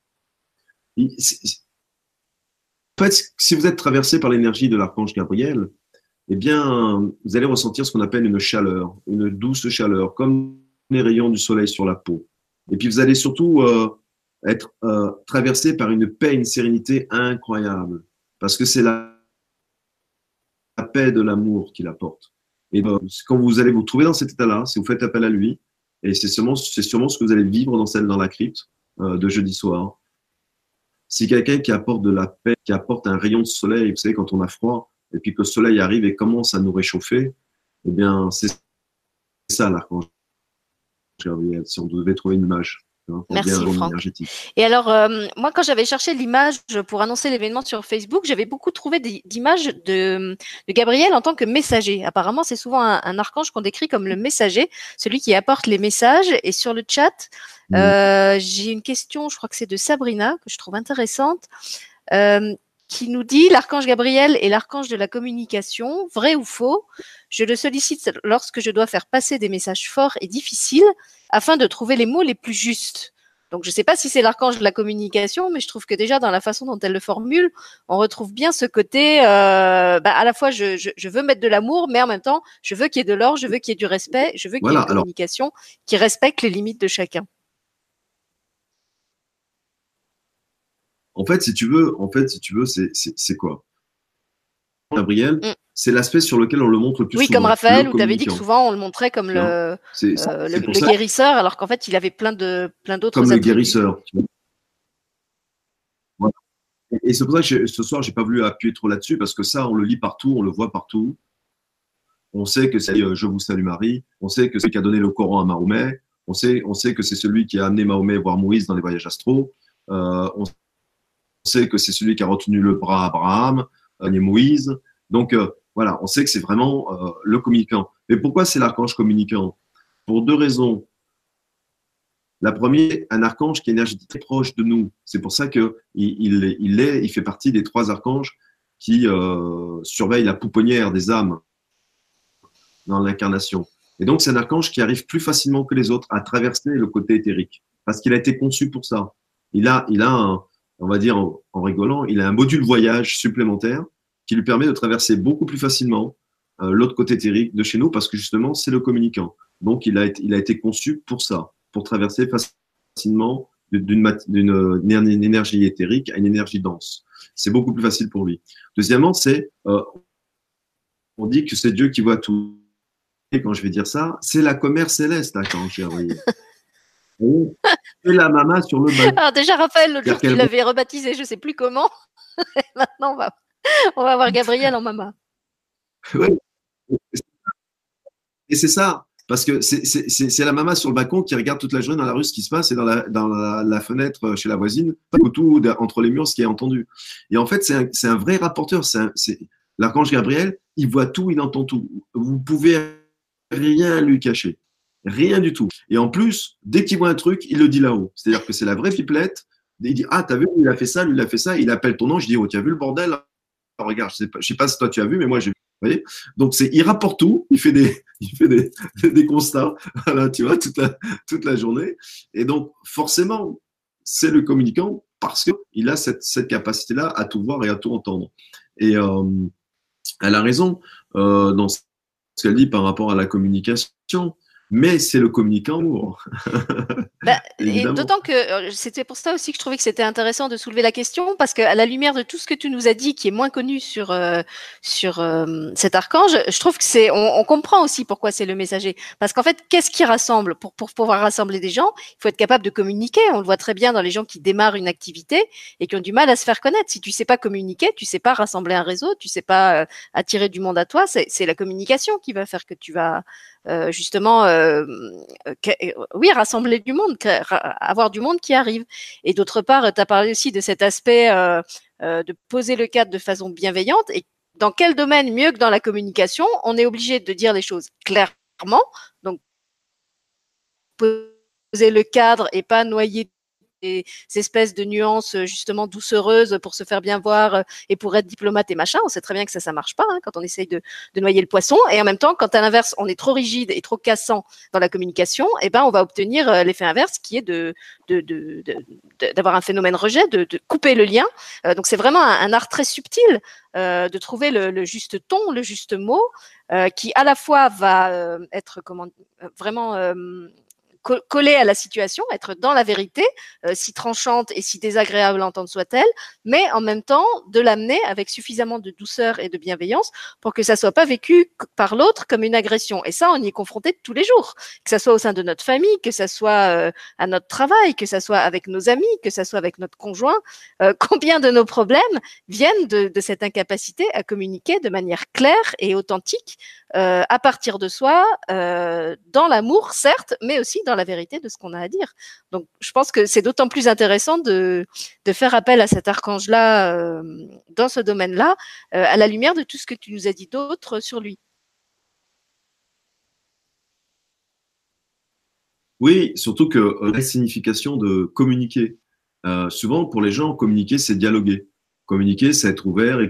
fait, si vous êtes traversé par l'énergie de l'archange Gabriel, eh bien, vous allez ressentir ce qu'on appelle une chaleur, une douce chaleur, comme les rayons du soleil sur la peau. Et puis, vous allez surtout être traversé par une paix, une sérénité incroyable, parce que c'est la paix de l'amour qu'il apporte. Et quand vous allez vous trouver dans cet état-là, si vous faites appel à lui, et c'est sûrement ce que vous allez vivre dans la crypte de jeudi soir. Si quelqu'un qui apporte de la paix, qui apporte un rayon de soleil, vous savez, quand on a froid, et puis que le soleil arrive et commence à nous réchauffer, eh bien, c'est ça l'archange Gabriel, si on devait trouver une image, hein, pour Merci, bien vendre Franck. l'énergétique. Et alors, moi, quand j'avais cherché l'image pour annoncer l'événement sur Facebook, j'avais beaucoup trouvé d'images de Gabriel en tant que messager. Apparemment, c'est souvent un archange qu'on décrit comme le messager, celui qui apporte les messages. Et sur le chat, j'ai une question, je crois que c'est de Sabrina, que je trouve intéressante, qui nous dit: l'archange Gabriel est l'archange de la communication, vrai ou faux? Je le sollicite lorsque je dois faire passer des messages forts et difficiles afin de trouver les mots les plus justes. Donc, je ne sais pas si c'est l'archange de la communication, mais je trouve que déjà dans la façon dont elle le formule, on retrouve bien ce côté, à la fois je veux mettre de l'amour, mais en même temps, je veux qu'il y ait de l'or, je veux qu'il y ait du respect, je veux qu'il y ait Voilà, une communication qui respecte les limites de chacun. en fait, si tu veux, c'est quoi? Gabriel, c'est l'aspect sur lequel on le montre le plus Oui, souvent. comme Raphaël, le où tu avais dit que communicant. souvent on le montrait comme C'est pour le ça, guérisseur, alors qu'en fait il avait plein d'autres comme le attributs. guérisseur. Tu vois. Voilà. Et c'est pour ça que ce soir, j'ai pas voulu appuyer trop là-dessus, parce que ça, on le lit partout, on le voit partout. On sait que c'est Je vous salue Marie, on sait que c'est celui qui a donné le Coran à Mahomet, on sait que c'est celui qui a amené Mahomet voir Moïse dans les voyages astraux, on sait que c'est celui qui a retenu le bras à Abraham, et Moïse. Donc voilà, on sait que c'est vraiment le communicant. Mais pourquoi c'est l'archange communicant? Pour deux raisons. La première, un archange qui est énergétique très proche de nous. C'est pour ça qu'il fait partie des trois archanges qui surveillent la pouponnière des âmes dans l'incarnation. Et donc, c'est un archange qui arrive plus facilement que les autres à traverser le côté éthérique, parce qu'il a été conçu pour ça. Il a on va dire en rigolant, il a un module voyage supplémentaire qui lui permet de traverser beaucoup plus facilement l'autre côté éthérique de chez nous, parce que justement, c'est le communicant. Donc, il a été conçu pour ça, pour traverser facilement d'une énergie éthérique à une énergie dense. C'est beaucoup plus facile pour lui. Deuxièmement, on dit que c'est Dieu qui voit tout. Et quand je vais dire ça, c'est la commère céleste, là, quand j'ai envoyé. C'est la maman sur le bas. Alors déjà, Raphaël, l'autre jour, tu l'avais rebaptisé, je ne sais plus comment. Maintenant, on va voir Gabriel en maman. Ouais. Et c'est ça, parce que c'est la maman sur le balcon qui regarde toute la journée dans la rue ce qui se passe, et dans la fenêtre chez la voisine, tout entre les murs, ce qui est entendu. Et en fait, c'est un vrai rapporteur. L'archange Gabriel, il voit tout, il entend tout. Vous pouvez rien lui cacher. Rien du tout. Et en plus, dès qu'il voit un truc, il le dit là-haut. C'est-à-dire que c'est la vraie pipelette. Il dit: ah, t'as vu, il a fait ça, lui, il a fait ça. Il appelle ton nom. Je dis: oh, tu as vu le bordel? Regarde, je sais pas si toi tu as vu, mais moi j'ai vu. Vous voyez. Donc il rapporte tout, il fait des constats, voilà, tu vois, toute la journée. Et donc forcément, c'est le communicant, parce qu'il a cette capacité-là à tout voir et à tout entendre. Et elle a raison dans ce qu'elle dit par rapport à la communication, mais c'est le communicant. Et d'autant que c'était pour ça aussi que je trouvais que c'était intéressant de soulever la question, parce qu'à la lumière de tout ce que tu nous as dit, qui est moins connu sur cet archange, je trouve que on comprend aussi pourquoi c'est le messager. Parce qu'en fait, qu'est-ce qui rassemble? Pour pouvoir rassembler des gens, il faut être capable de communiquer. On le voit très bien dans les gens qui démarrent une activité et qui ont du mal à se faire connaître. Si tu sais pas communiquer, tu sais pas rassembler un réseau, tu sais pas attirer du monde à toi, c'est la communication qui va faire que tu vas justement oui, rassembler du monde, avoir du monde qui arrive. Et d'autre part, tu as parlé aussi de cet aspect de poser le cadre de façon bienveillante. Et dans quel domaine, mieux que dans la communication, on est obligé de dire les choses clairement, donc poser le cadre et pas noyer des espèces de nuances justement doucereuses pour se faire bien voir et pour être diplomate et machin. On sait très bien que ça marche pas quand on essaye de noyer le poisson. Et en même temps, quand à l'inverse, on est trop rigide et trop cassant dans la communication, on va obtenir l'effet inverse, qui est d'avoir un phénomène rejet, de couper le lien. Donc c'est vraiment un art très subtil de trouver le juste ton, le juste mot, qui à la fois va être vraiment coller à la situation, être dans la vérité, si tranchante et si désagréable à entendre soit-elle, mais en même temps de l'amener avec suffisamment de douceur et de bienveillance pour que ça soit pas vécu par l'autre comme une agression. Et ça, on y est confronté tous les jours, que ça soit au sein de notre famille, que ça soit à notre travail, que ça soit avec nos amis, que ça soit avec notre conjoint. Combien de nos problèmes viennent de cette incapacité à communiquer de manière claire et authentique à partir de soi, dans l'amour, certes, mais aussi dans la vérité de ce qu'on a à dire. Donc, je pense que c'est d'autant plus intéressant de faire appel à cet archange-là dans ce domaine-là, à la lumière de tout ce que tu nous as dit d'autre sur lui. Oui, surtout que la signification de communiquer. Souvent, pour les gens, communiquer, c'est dialoguer. Communiquer, c'est être ouvert,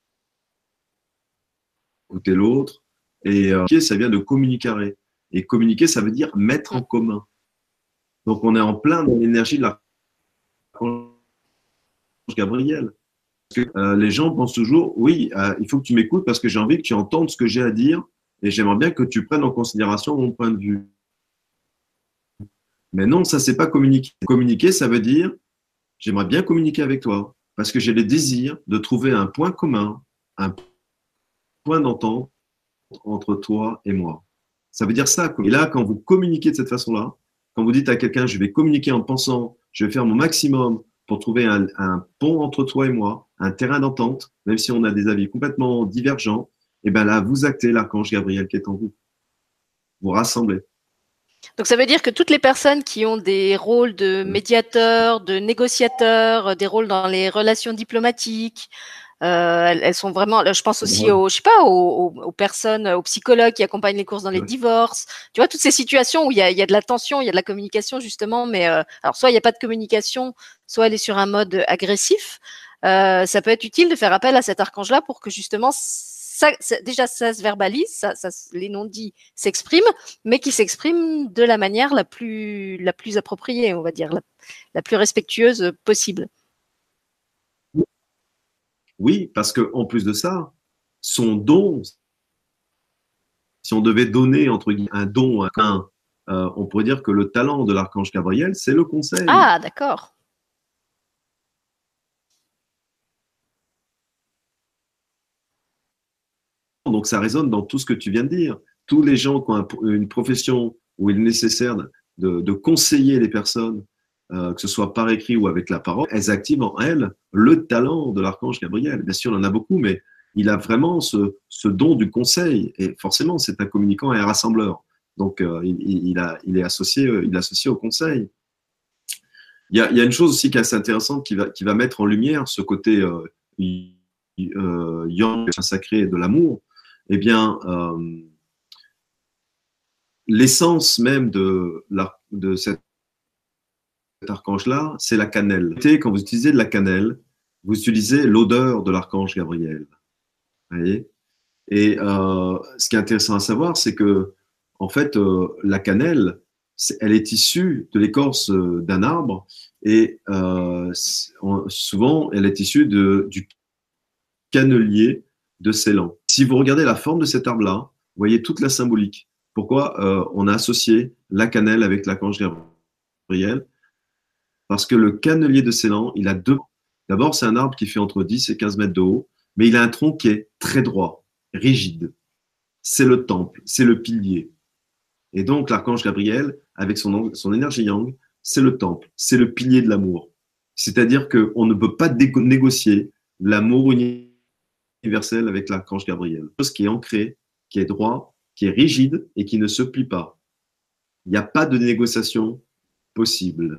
écouter l'autre. Et ça vient de communiquer. Et communiquer, ça veut dire mettre en commun. Donc, on est en plein dans l'énergie de l'archange Gabriel. Parce que, les gens pensent toujours, oui, il faut que tu m'écoutes parce que j'ai envie que tu entendes ce que j'ai à dire et j'aimerais bien que tu prennes en considération mon point de vue. Mais non, ça, c'est pas communiquer. Communiquer, ça veut dire, j'aimerais bien communiquer avec toi parce que j'ai le désir de trouver un point commun, un point d'entente entre toi et moi. Ça veut dire ça. Et là, quand vous communiquez de cette façon-là, quand vous dites à quelqu'un, je vais communiquer en pensant, je vais faire mon maximum pour trouver un pont entre toi et moi, un terrain d'entente, même si on a des avis complètement divergents, et bien là, vous actez l'archange Gabriel qui est en vous. Vous rassemblez. Donc ça veut dire que toutes les personnes qui ont des rôles de médiateurs, de négociateurs, des rôles dans les relations diplomatiques, elles sont vraiment. Je pense aussi aux personnes, aux psychologues qui accompagnent les courses dans les divorces. Tu vois, toutes ces situations où il y a de la tension, il y a de la communication justement, mais alors soit il n'y a pas de communication, soit elle est sur un mode agressif. Ça peut être utile de faire appel à cet archange-là pour que justement déjà ça se verbalise, les non-dits s'expriment, mais qui s'expriment de la manière la plus appropriée, on va dire, la plus respectueuse possible. Oui, parce qu'en plus de ça, son don, si on devait donner entre guillemets un don à un, on pourrait dire que le talent de l'archange Gabriel, c'est le conseil. Ah, d'accord. Donc ça résonne dans tout ce que tu viens de dire. Tous les gens qui ont une profession où il est nécessaire de conseiller les personnes, que ce soit par écrit ou avec la parole, elles activent en elles le talent de l'archange Gabriel. Bien sûr, il en a beaucoup, mais il a vraiment ce don du conseil. Et forcément, c'est un communicant et un rassembleur. Donc, il est associé au conseil. Il y a une chose aussi qui est assez intéressante qui va mettre en lumière ce côté yang, sacré de l'amour. Eh bien, l'essence même de cet archange-là, c'est la cannelle. Quand vous utilisez de la cannelle, vous utilisez l'odeur de l'archange Gabriel. Vous voyez? Et ce qui est intéressant à savoir, c'est que, en fait, la cannelle, elle est issue de l'écorce d'un arbre et souvent, elle est issue du cannelier de Ceylan. Si vous regardez la forme de cet arbre-là, vous voyez toute la symbolique. Pourquoi on a associé la cannelle avec l'archange Gabriel? Parce que le cannelier de Ceylan, il a deux. D'abord, c'est un arbre qui fait entre 10 et 15 mètres de haut, mais il a un tronc qui est très droit, rigide. C'est le temple, c'est le pilier. Et donc, l'archange Gabriel, avec son énergie yang, c'est le temple, c'est le pilier de l'amour. C'est-à-dire qu'on ne peut pas négocier l'amour universel avec l'archange Gabriel. Quelque chose qui est ancré, qui est droit, qui est rigide et qui ne se plie pas. Il n'y a pas de négociation possible.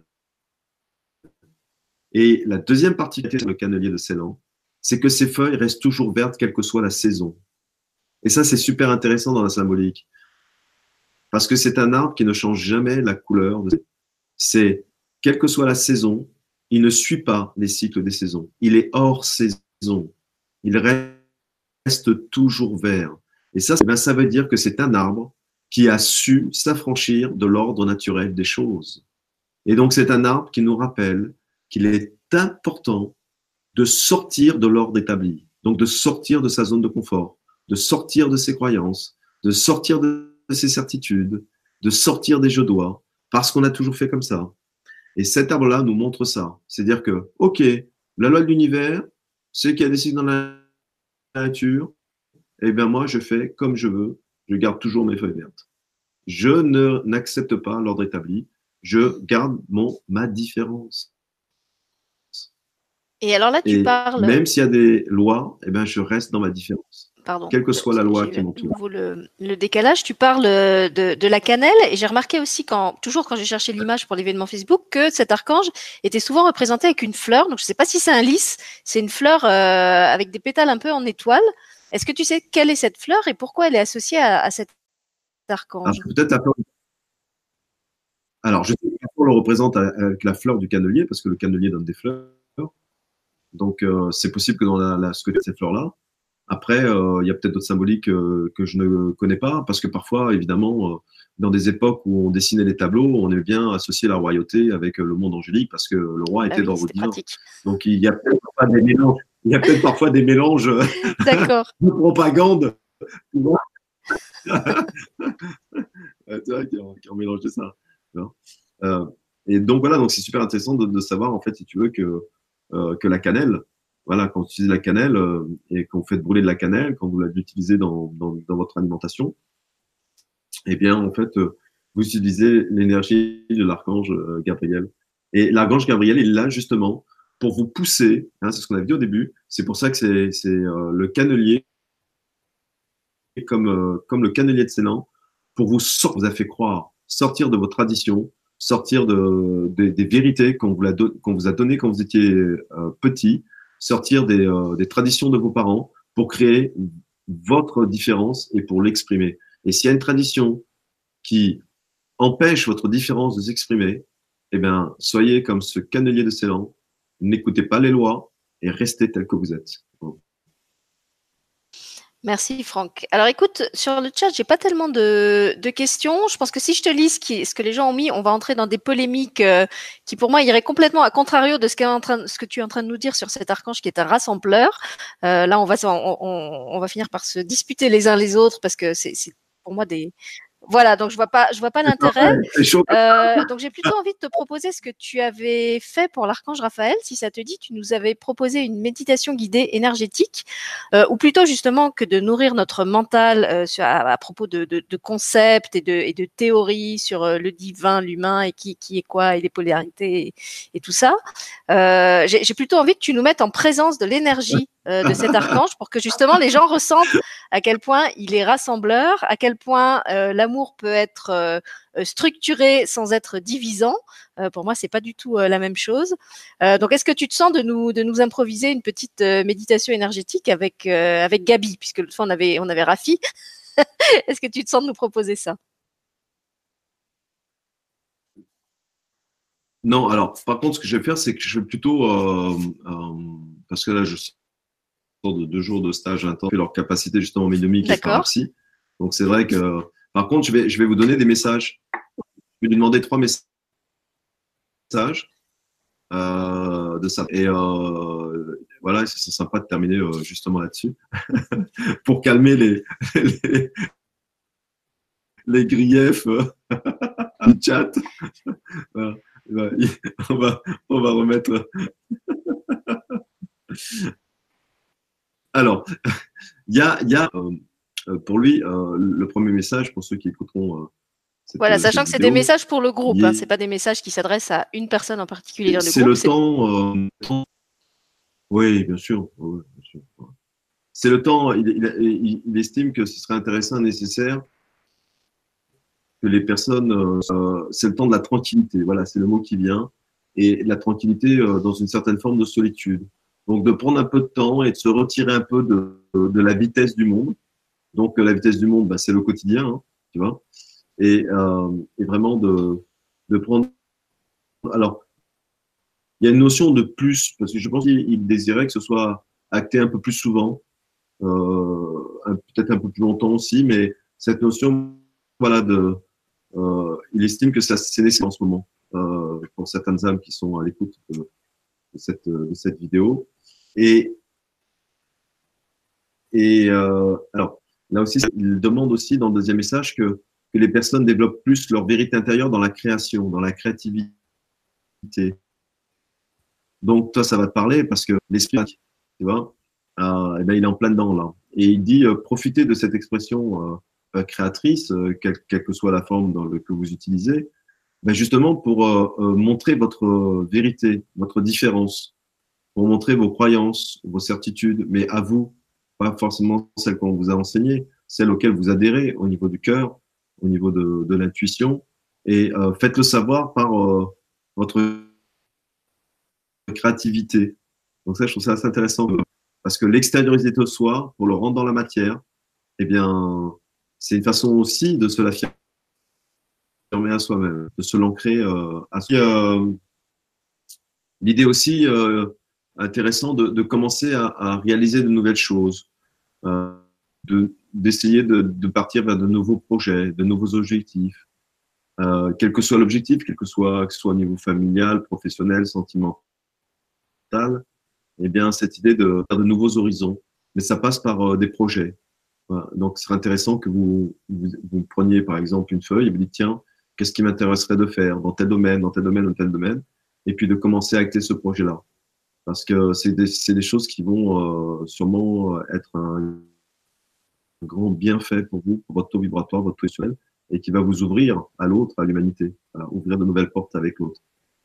Et la deuxième particularité sur le cannelier de Ceylan, c'est que ses feuilles restent toujours vertes, quelle que soit la saison. Et ça, c'est super intéressant dans la symbolique. Parce que c'est un arbre qui ne change jamais la couleur. C'est, quelle que soit la saison, il ne suit pas les cycles des saisons. Il est hors saison. Il reste toujours vert. Et ça, ça veut dire que c'est un arbre qui a su s'affranchir de l'ordre naturel des choses. Et donc, c'est un arbre qui nous rappelle qu'il est important de sortir de l'ordre établi. Donc, de sortir de sa zone de confort, de sortir de ses croyances, de sortir de ses certitudes, de sortir des je dois, parce qu'on a toujours fait comme ça. Et cet arbre-là nous montre ça. C'est-à-dire que, OK, la loi de l'univers, c'est qu'il y a des cycles dans la nature, eh bien moi, je fais comme je veux, je garde toujours mes feuilles vertes. Je n'accepte pas l'ordre établi, je garde ma différence. Et alors là, tu parles. Même s'il y a des lois, eh ben, je reste dans ma différence. pardon, quelle que soit la loi j'ai qui eu à m'entoure. nouveau le décalage. Tu parles de la cannelle et j'ai remarqué aussi toujours quand j'ai cherché l'image pour l'événement Facebook, que cet archange était souvent représenté avec une fleur. Donc je ne sais pas si c'est un lys, c'est une fleur avec des pétales un peu en étoile. Est-ce que tu sais quelle est cette fleur et pourquoi elle est associée à cet archange? Peut-être la fleur. Alors, je sais qu'on le représente avec la fleur du cannelier, parce que le cannelier donne des fleurs. Donc, c'est possible que dans ce que ces fleurs-là. Après, il y a peut-être d'autres symboliques que je ne connais pas, parce que parfois, évidemment, dans des époques où on dessinait les tableaux, on aimait bien associer la royauté avec le monde angélique, parce que le roi Bah était oui, d'ordre c'était divin. pratique. Donc, il y a peut-être parfois des mélanges. Il y a peut-être parfois des mélanges D'accord. de propagande. Tu vois. C'est vrai qu'ils ont mélangé ça. Euh, et donc voilà, donc c'est super intéressant de savoir en fait, si tu veux, que la cannelle, voilà, quand vous utilisez la cannelle et quand vous faites brûler de la cannelle, quand vous l'utilisez dans votre alimentation, eh bien en fait, vous utilisez l'énergie de l'archange Gabriel. Et l'archange Gabriel, il est là justement pour vous pousser, hein, c'est ce qu'on a dit au début, c'est pour ça que c'est le cannelier comme le cannelier de Ceylan, pour vous a fait croire, sortir de vos traditions, sortir des vérités qu'on vous a données quand vous étiez petit, sortir des traditions de vos parents pour créer votre différence et pour l'exprimer. Et s'il y a une tradition qui empêche votre différence de s'exprimer, eh bien, soyez comme ce cannelier de Ceylan, n'écoutez pas les lois et restez tel que vous êtes. Merci Franck. Alors écoute, sur le chat, j'ai pas tellement de questions. Je pense que si je te lis ce que les gens ont mis, on va entrer dans des polémiques qui pour moi iraient complètement à contrario de ce que tu es en train de nous dire sur cet archange qui est un rassembleur. Là, on va finir par se disputer les uns les autres parce que c'est pour moi des... Voilà, donc je vois pas l'intérêt. C'est chaud. Donc j'ai plutôt envie de te proposer ce que tu avais fait pour l'archange Raphaël. Si ça te dit, tu nous avais proposé une méditation guidée énergétique, ou plutôt justement que de nourrir notre mental à propos de concepts et de théories sur le divin, l'humain et qui est quoi et les polarités et tout ça. J'ai plutôt envie que tu nous mettes en présence de l'énergie de cet archange pour que justement les gens ressentent à quel point il est rassembleur, à quel point l'amour peut être structuré sans être divisant. Pour moi, c'est pas du tout la même chose. Donc, est-ce que tu te sens de nous improviser une petite méditation énergétique avec Gabi, puisque l'autre fois on avait Rafi. Est-ce que tu te sens de nous proposer ça? Non, alors, par contre, ce que je vais faire, c'est que je vais plutôt, parce que là, je sors de 2 jours de stage intense, leur capacité justement médiumnique et D'accord. parapsie. Donc, c'est vrai que, par contre, je vais vous donner des messages. Je vais lui demander 3 messages de ça. Et voilà, c'est sympa de terminer justement là-dessus pour calmer les, les griefs du chat. Voilà. On va, on va remettre. Alors, il y a pour lui, le premier message, pour ceux qui écouteront Voilà, sachant que c'est des messages pour le groupe, hein, c'est est, pas des messages qui s'adressent à une personne en particulier dans le c'est groupe. le temps. Oui, bien sûr. Oui, bien sûr. C'est le temps. Il estime que ce serait intéressant, nécessaire que les personnes. C'est le temps de la tranquillité. Voilà, c'est le mot qui vient. Et la tranquillité dans une certaine forme de solitude. Donc, de prendre un peu de temps et de se retirer un peu de la vitesse du monde. Donc, la vitesse du monde, bah, c'est le quotidien, hein, tu vois. Et vraiment de prendre. Alors, il y a une notion de plus, parce que je pense qu'il désirait que ce soit acté un peu plus souvent, peut-être un peu plus longtemps aussi, mais cette notion, voilà, il estime que c'est nécessaire en ce moment pour certaines âmes qui sont à l'écoute de cette vidéo. Et, alors, là aussi, il demande aussi dans le deuxième message que les personnes développent plus leur vérité intérieure dans la création, dans la créativité. Donc, toi, ça va te parler parce que l'esprit, tu vois, eh ben, il est en plein dedans, là. Et il dit, profitez de cette expression créatrice, quelle que soit la forme que vous utilisez, ben justement pour montrer votre vérité, votre différence, pour montrer vos croyances, vos certitudes, mais à vous. pas forcément celles qu'on vous a enseignées, celles auxquelles vous adhérez au niveau du cœur, au niveau de l'intuition. Et faites-le savoir par votre créativité. Donc ça, je trouve ça assez intéressant parce que l'extérioriser au soi pour le rendre dans la matière, eh bien, c'est une façon aussi de se l'affirmer à soi-même, de se l'ancrer à soi. L'idée aussi intéressante de commencer à réaliser de nouvelles choses, d'essayer de partir vers de nouveaux projets, de nouveaux objectifs, quel que soit l'objectif, que ce soit au niveau familial, professionnel, sentimental, eh bien, cette idée de faire de nouveaux horizons. Mais ça passe par des projets. Voilà. Donc, ce serait intéressant que vous preniez, par exemple, une feuille et vous dites, tiens, qu'est-ce qui m'intéresserait de faire dans tel domaine, dans tel domaine, dans tel domaine, et puis de commencer à acter ce projet-là. Parce que c'est des choses qui vont sûrement être un grand bienfait pour vous, pour votre taux vibratoire, votre taux émotionnel, et qui va vous ouvrir à l'autre, à l'humanité, voilà, ouvrir de nouvelles portes avec l'autre.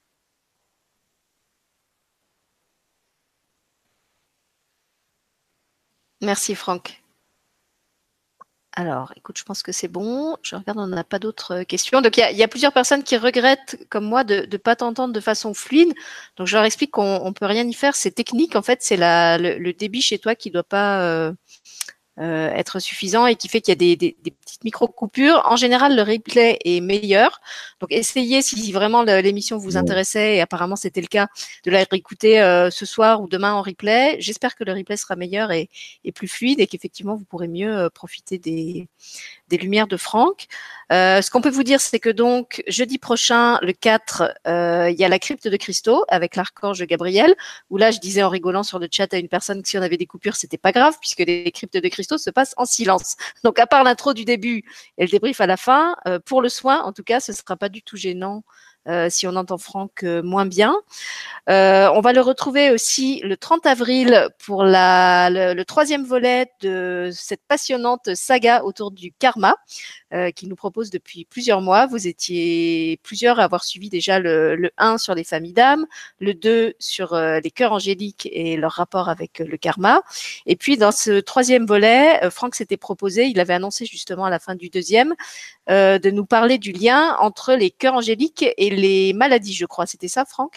Merci Franck. Alors, écoute, je pense que c'est bon. Je regarde, on n'a pas d'autres questions. Donc, il y a plusieurs personnes qui regrettent, comme moi, de ne pas t'entendre de façon fluide. Donc, je leur explique qu'on ne peut rien y faire. C'est technique. En fait, c'est le débit chez toi qui ne doit pas être suffisant et qui fait qu'il y a des petites micro-coupures. En général, le replay est meilleur. Donc, essayez, si vraiment l'émission vous intéressait, et apparemment c'était le cas, de la réécouter ce soir ou demain en replay. J'espère que le replay sera meilleur et plus fluide et qu'effectivement, vous pourrez mieux profiter des lumières de Franck. Ce qu'on peut vous dire, c'est que donc jeudi prochain, le 4, il y a la crypte de Christo avec l'archange Gabriel, où là, je disais en rigolant sur le chat à une personne que si on avait des coupures, c'était pas grave, puisque les cryptes de Christo se passent en silence. Donc, à part l'intro du début et le débrief à la fin, pour le soin, en tout cas, ce ne sera pas du tout gênant si on entend Franck moins bien. On va le retrouver aussi le 30 avril pour le troisième volet de cette passionnante saga autour du karma qu'il nous propose depuis plusieurs mois. Vous étiez plusieurs à avoir suivi déjà le 1 sur les familles d'âmes, le 2 sur les cœurs angéliques et leur rapport avec le karma. Et puis dans ce troisième volet, Franck s'était proposé, il avait annoncé justement à la fin du deuxième, de nous parler du lien entre les cœurs angéliques et les maladies, je crois. C'était ça, Franck ?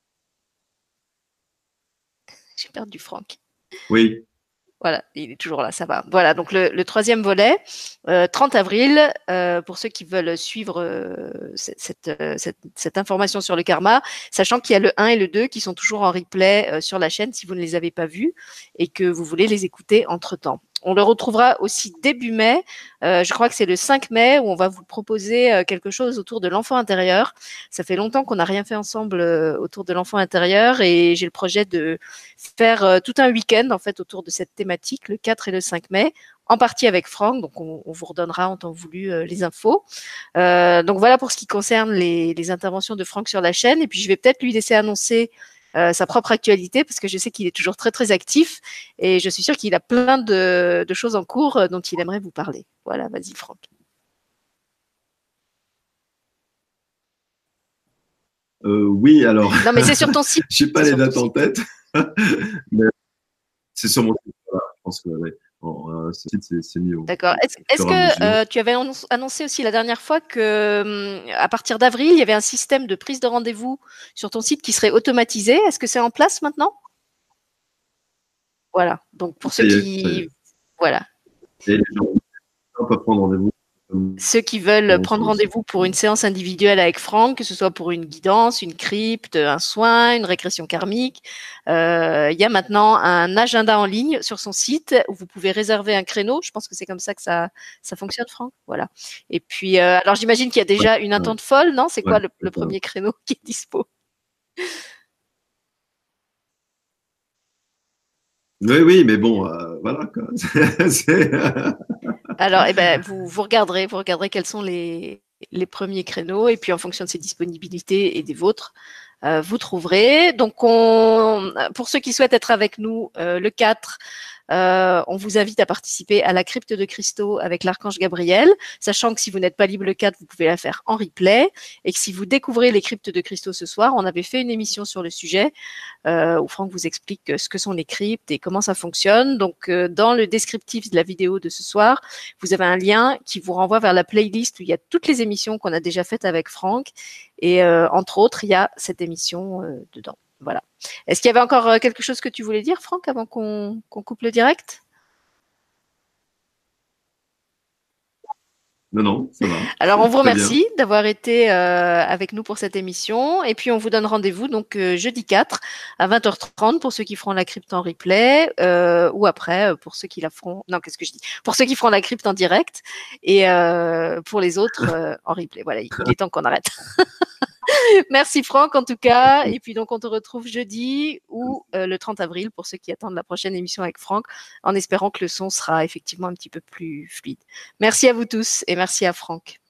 J'ai perdu Franck. Oui. Voilà, il est toujours là, ça va. Voilà, donc le troisième volet, 30 avril, pour ceux qui veulent suivre cette information sur le karma, sachant qu'il y a le 1 et le 2 qui sont toujours en replay sur la chaîne si vous ne les avez pas vus et que vous voulez les écouter entre-temps. On le retrouvera aussi début mai, je crois que c'est le 5 mai, où on va vous proposer quelque chose autour de l'enfant intérieur. Ça fait longtemps qu'on n'a rien fait ensemble autour de l'enfant intérieur et j'ai le projet de faire tout un week-end en fait autour de cette thématique, le 4 et le 5 mai, en partie avec Franck, donc on vous redonnera en temps voulu les infos. Donc voilà pour ce qui concerne les interventions de Franck sur la chaîne, et puis je vais peut-être lui laisser annoncer sa propre actualité, parce que je sais qu'il est toujours très très actif, et je suis sûre qu'il a plein de choses en cours dont il aimerait vous parler. Voilà, vas-y Franck. Oui, alors. Non, mais c'est sur ton site. Je n'ai pas les dates en tête, mais c'est sur mon site. Voilà, je pense que ouais. Bon, ce site, c'est mieux. D'accord. Est-ce que tu avais annoncé aussi la dernière fois que à partir d'avril, il y avait un système de prise de rendez-vous sur ton site qui serait automatisé? Est-ce que c'est en place maintenant? Voilà. Donc pour ceux qui, voilà. Et les gens peuvent prendre rendez-vous. Ceux qui veulent prendre rendez-vous pour une séance individuelle avec Franck, que ce soit pour une guidance, une crypte, un soin, une régression karmique, il y a maintenant un agenda en ligne sur son site où vous pouvez réserver un créneau. Je pense que c'est comme ça que ça fonctionne, Franck. Voilà. Et puis, alors j'imagine qu'il y a déjà une attente folle, non? C'est quoi le premier créneau qui est dispo? Oui, mais bon, voilà. Quoi. Alors, vous regarderez quels sont les premiers créneaux, et puis en fonction de ses disponibilités et des vôtres, vous trouverez. Donc, pour ceux qui souhaitent être avec nous le 4, On vous invite à participer à la crypte de cristaux avec l'archange Gabriel, sachant que si vous n'êtes pas libre le 4, vous pouvez la faire en replay, et que si vous découvrez les cryptes de cristaux ce soir, on avait fait une émission sur le sujet où Franck vous explique ce que sont les cryptes et comment ça fonctionne. Donc, dans le descriptif de la vidéo de ce soir, vous avez un lien qui vous renvoie vers la playlist où il y a toutes les émissions qu'on a déjà faites avec Franck. Et entre autres, il y a cette émission dedans. Voilà. Est-ce qu'il y avait encore quelque chose que tu voulais dire, Franck, avant qu'on coupe le direct? Non, non, ça va. Alors, on vous Très bien. remercie d'avoir été avec nous pour cette émission. Et puis, on vous donne rendez-vous donc jeudi 4 à 20h30 pour ceux qui feront la crypte en replay ou après pour ceux qui la feront. Non, qu'est-ce que je dis? Pour ceux qui feront la crypte en direct et pour les autres en replay. Voilà, il est temps qu'on arrête. Merci Franck en tout cas. Et puis donc on te retrouve jeudi ou le 30 avril pour ceux qui attendent la prochaine émission avec Franck, en espérant que le son sera effectivement un petit peu plus fluide. Merci à vous tous et merci à Franck.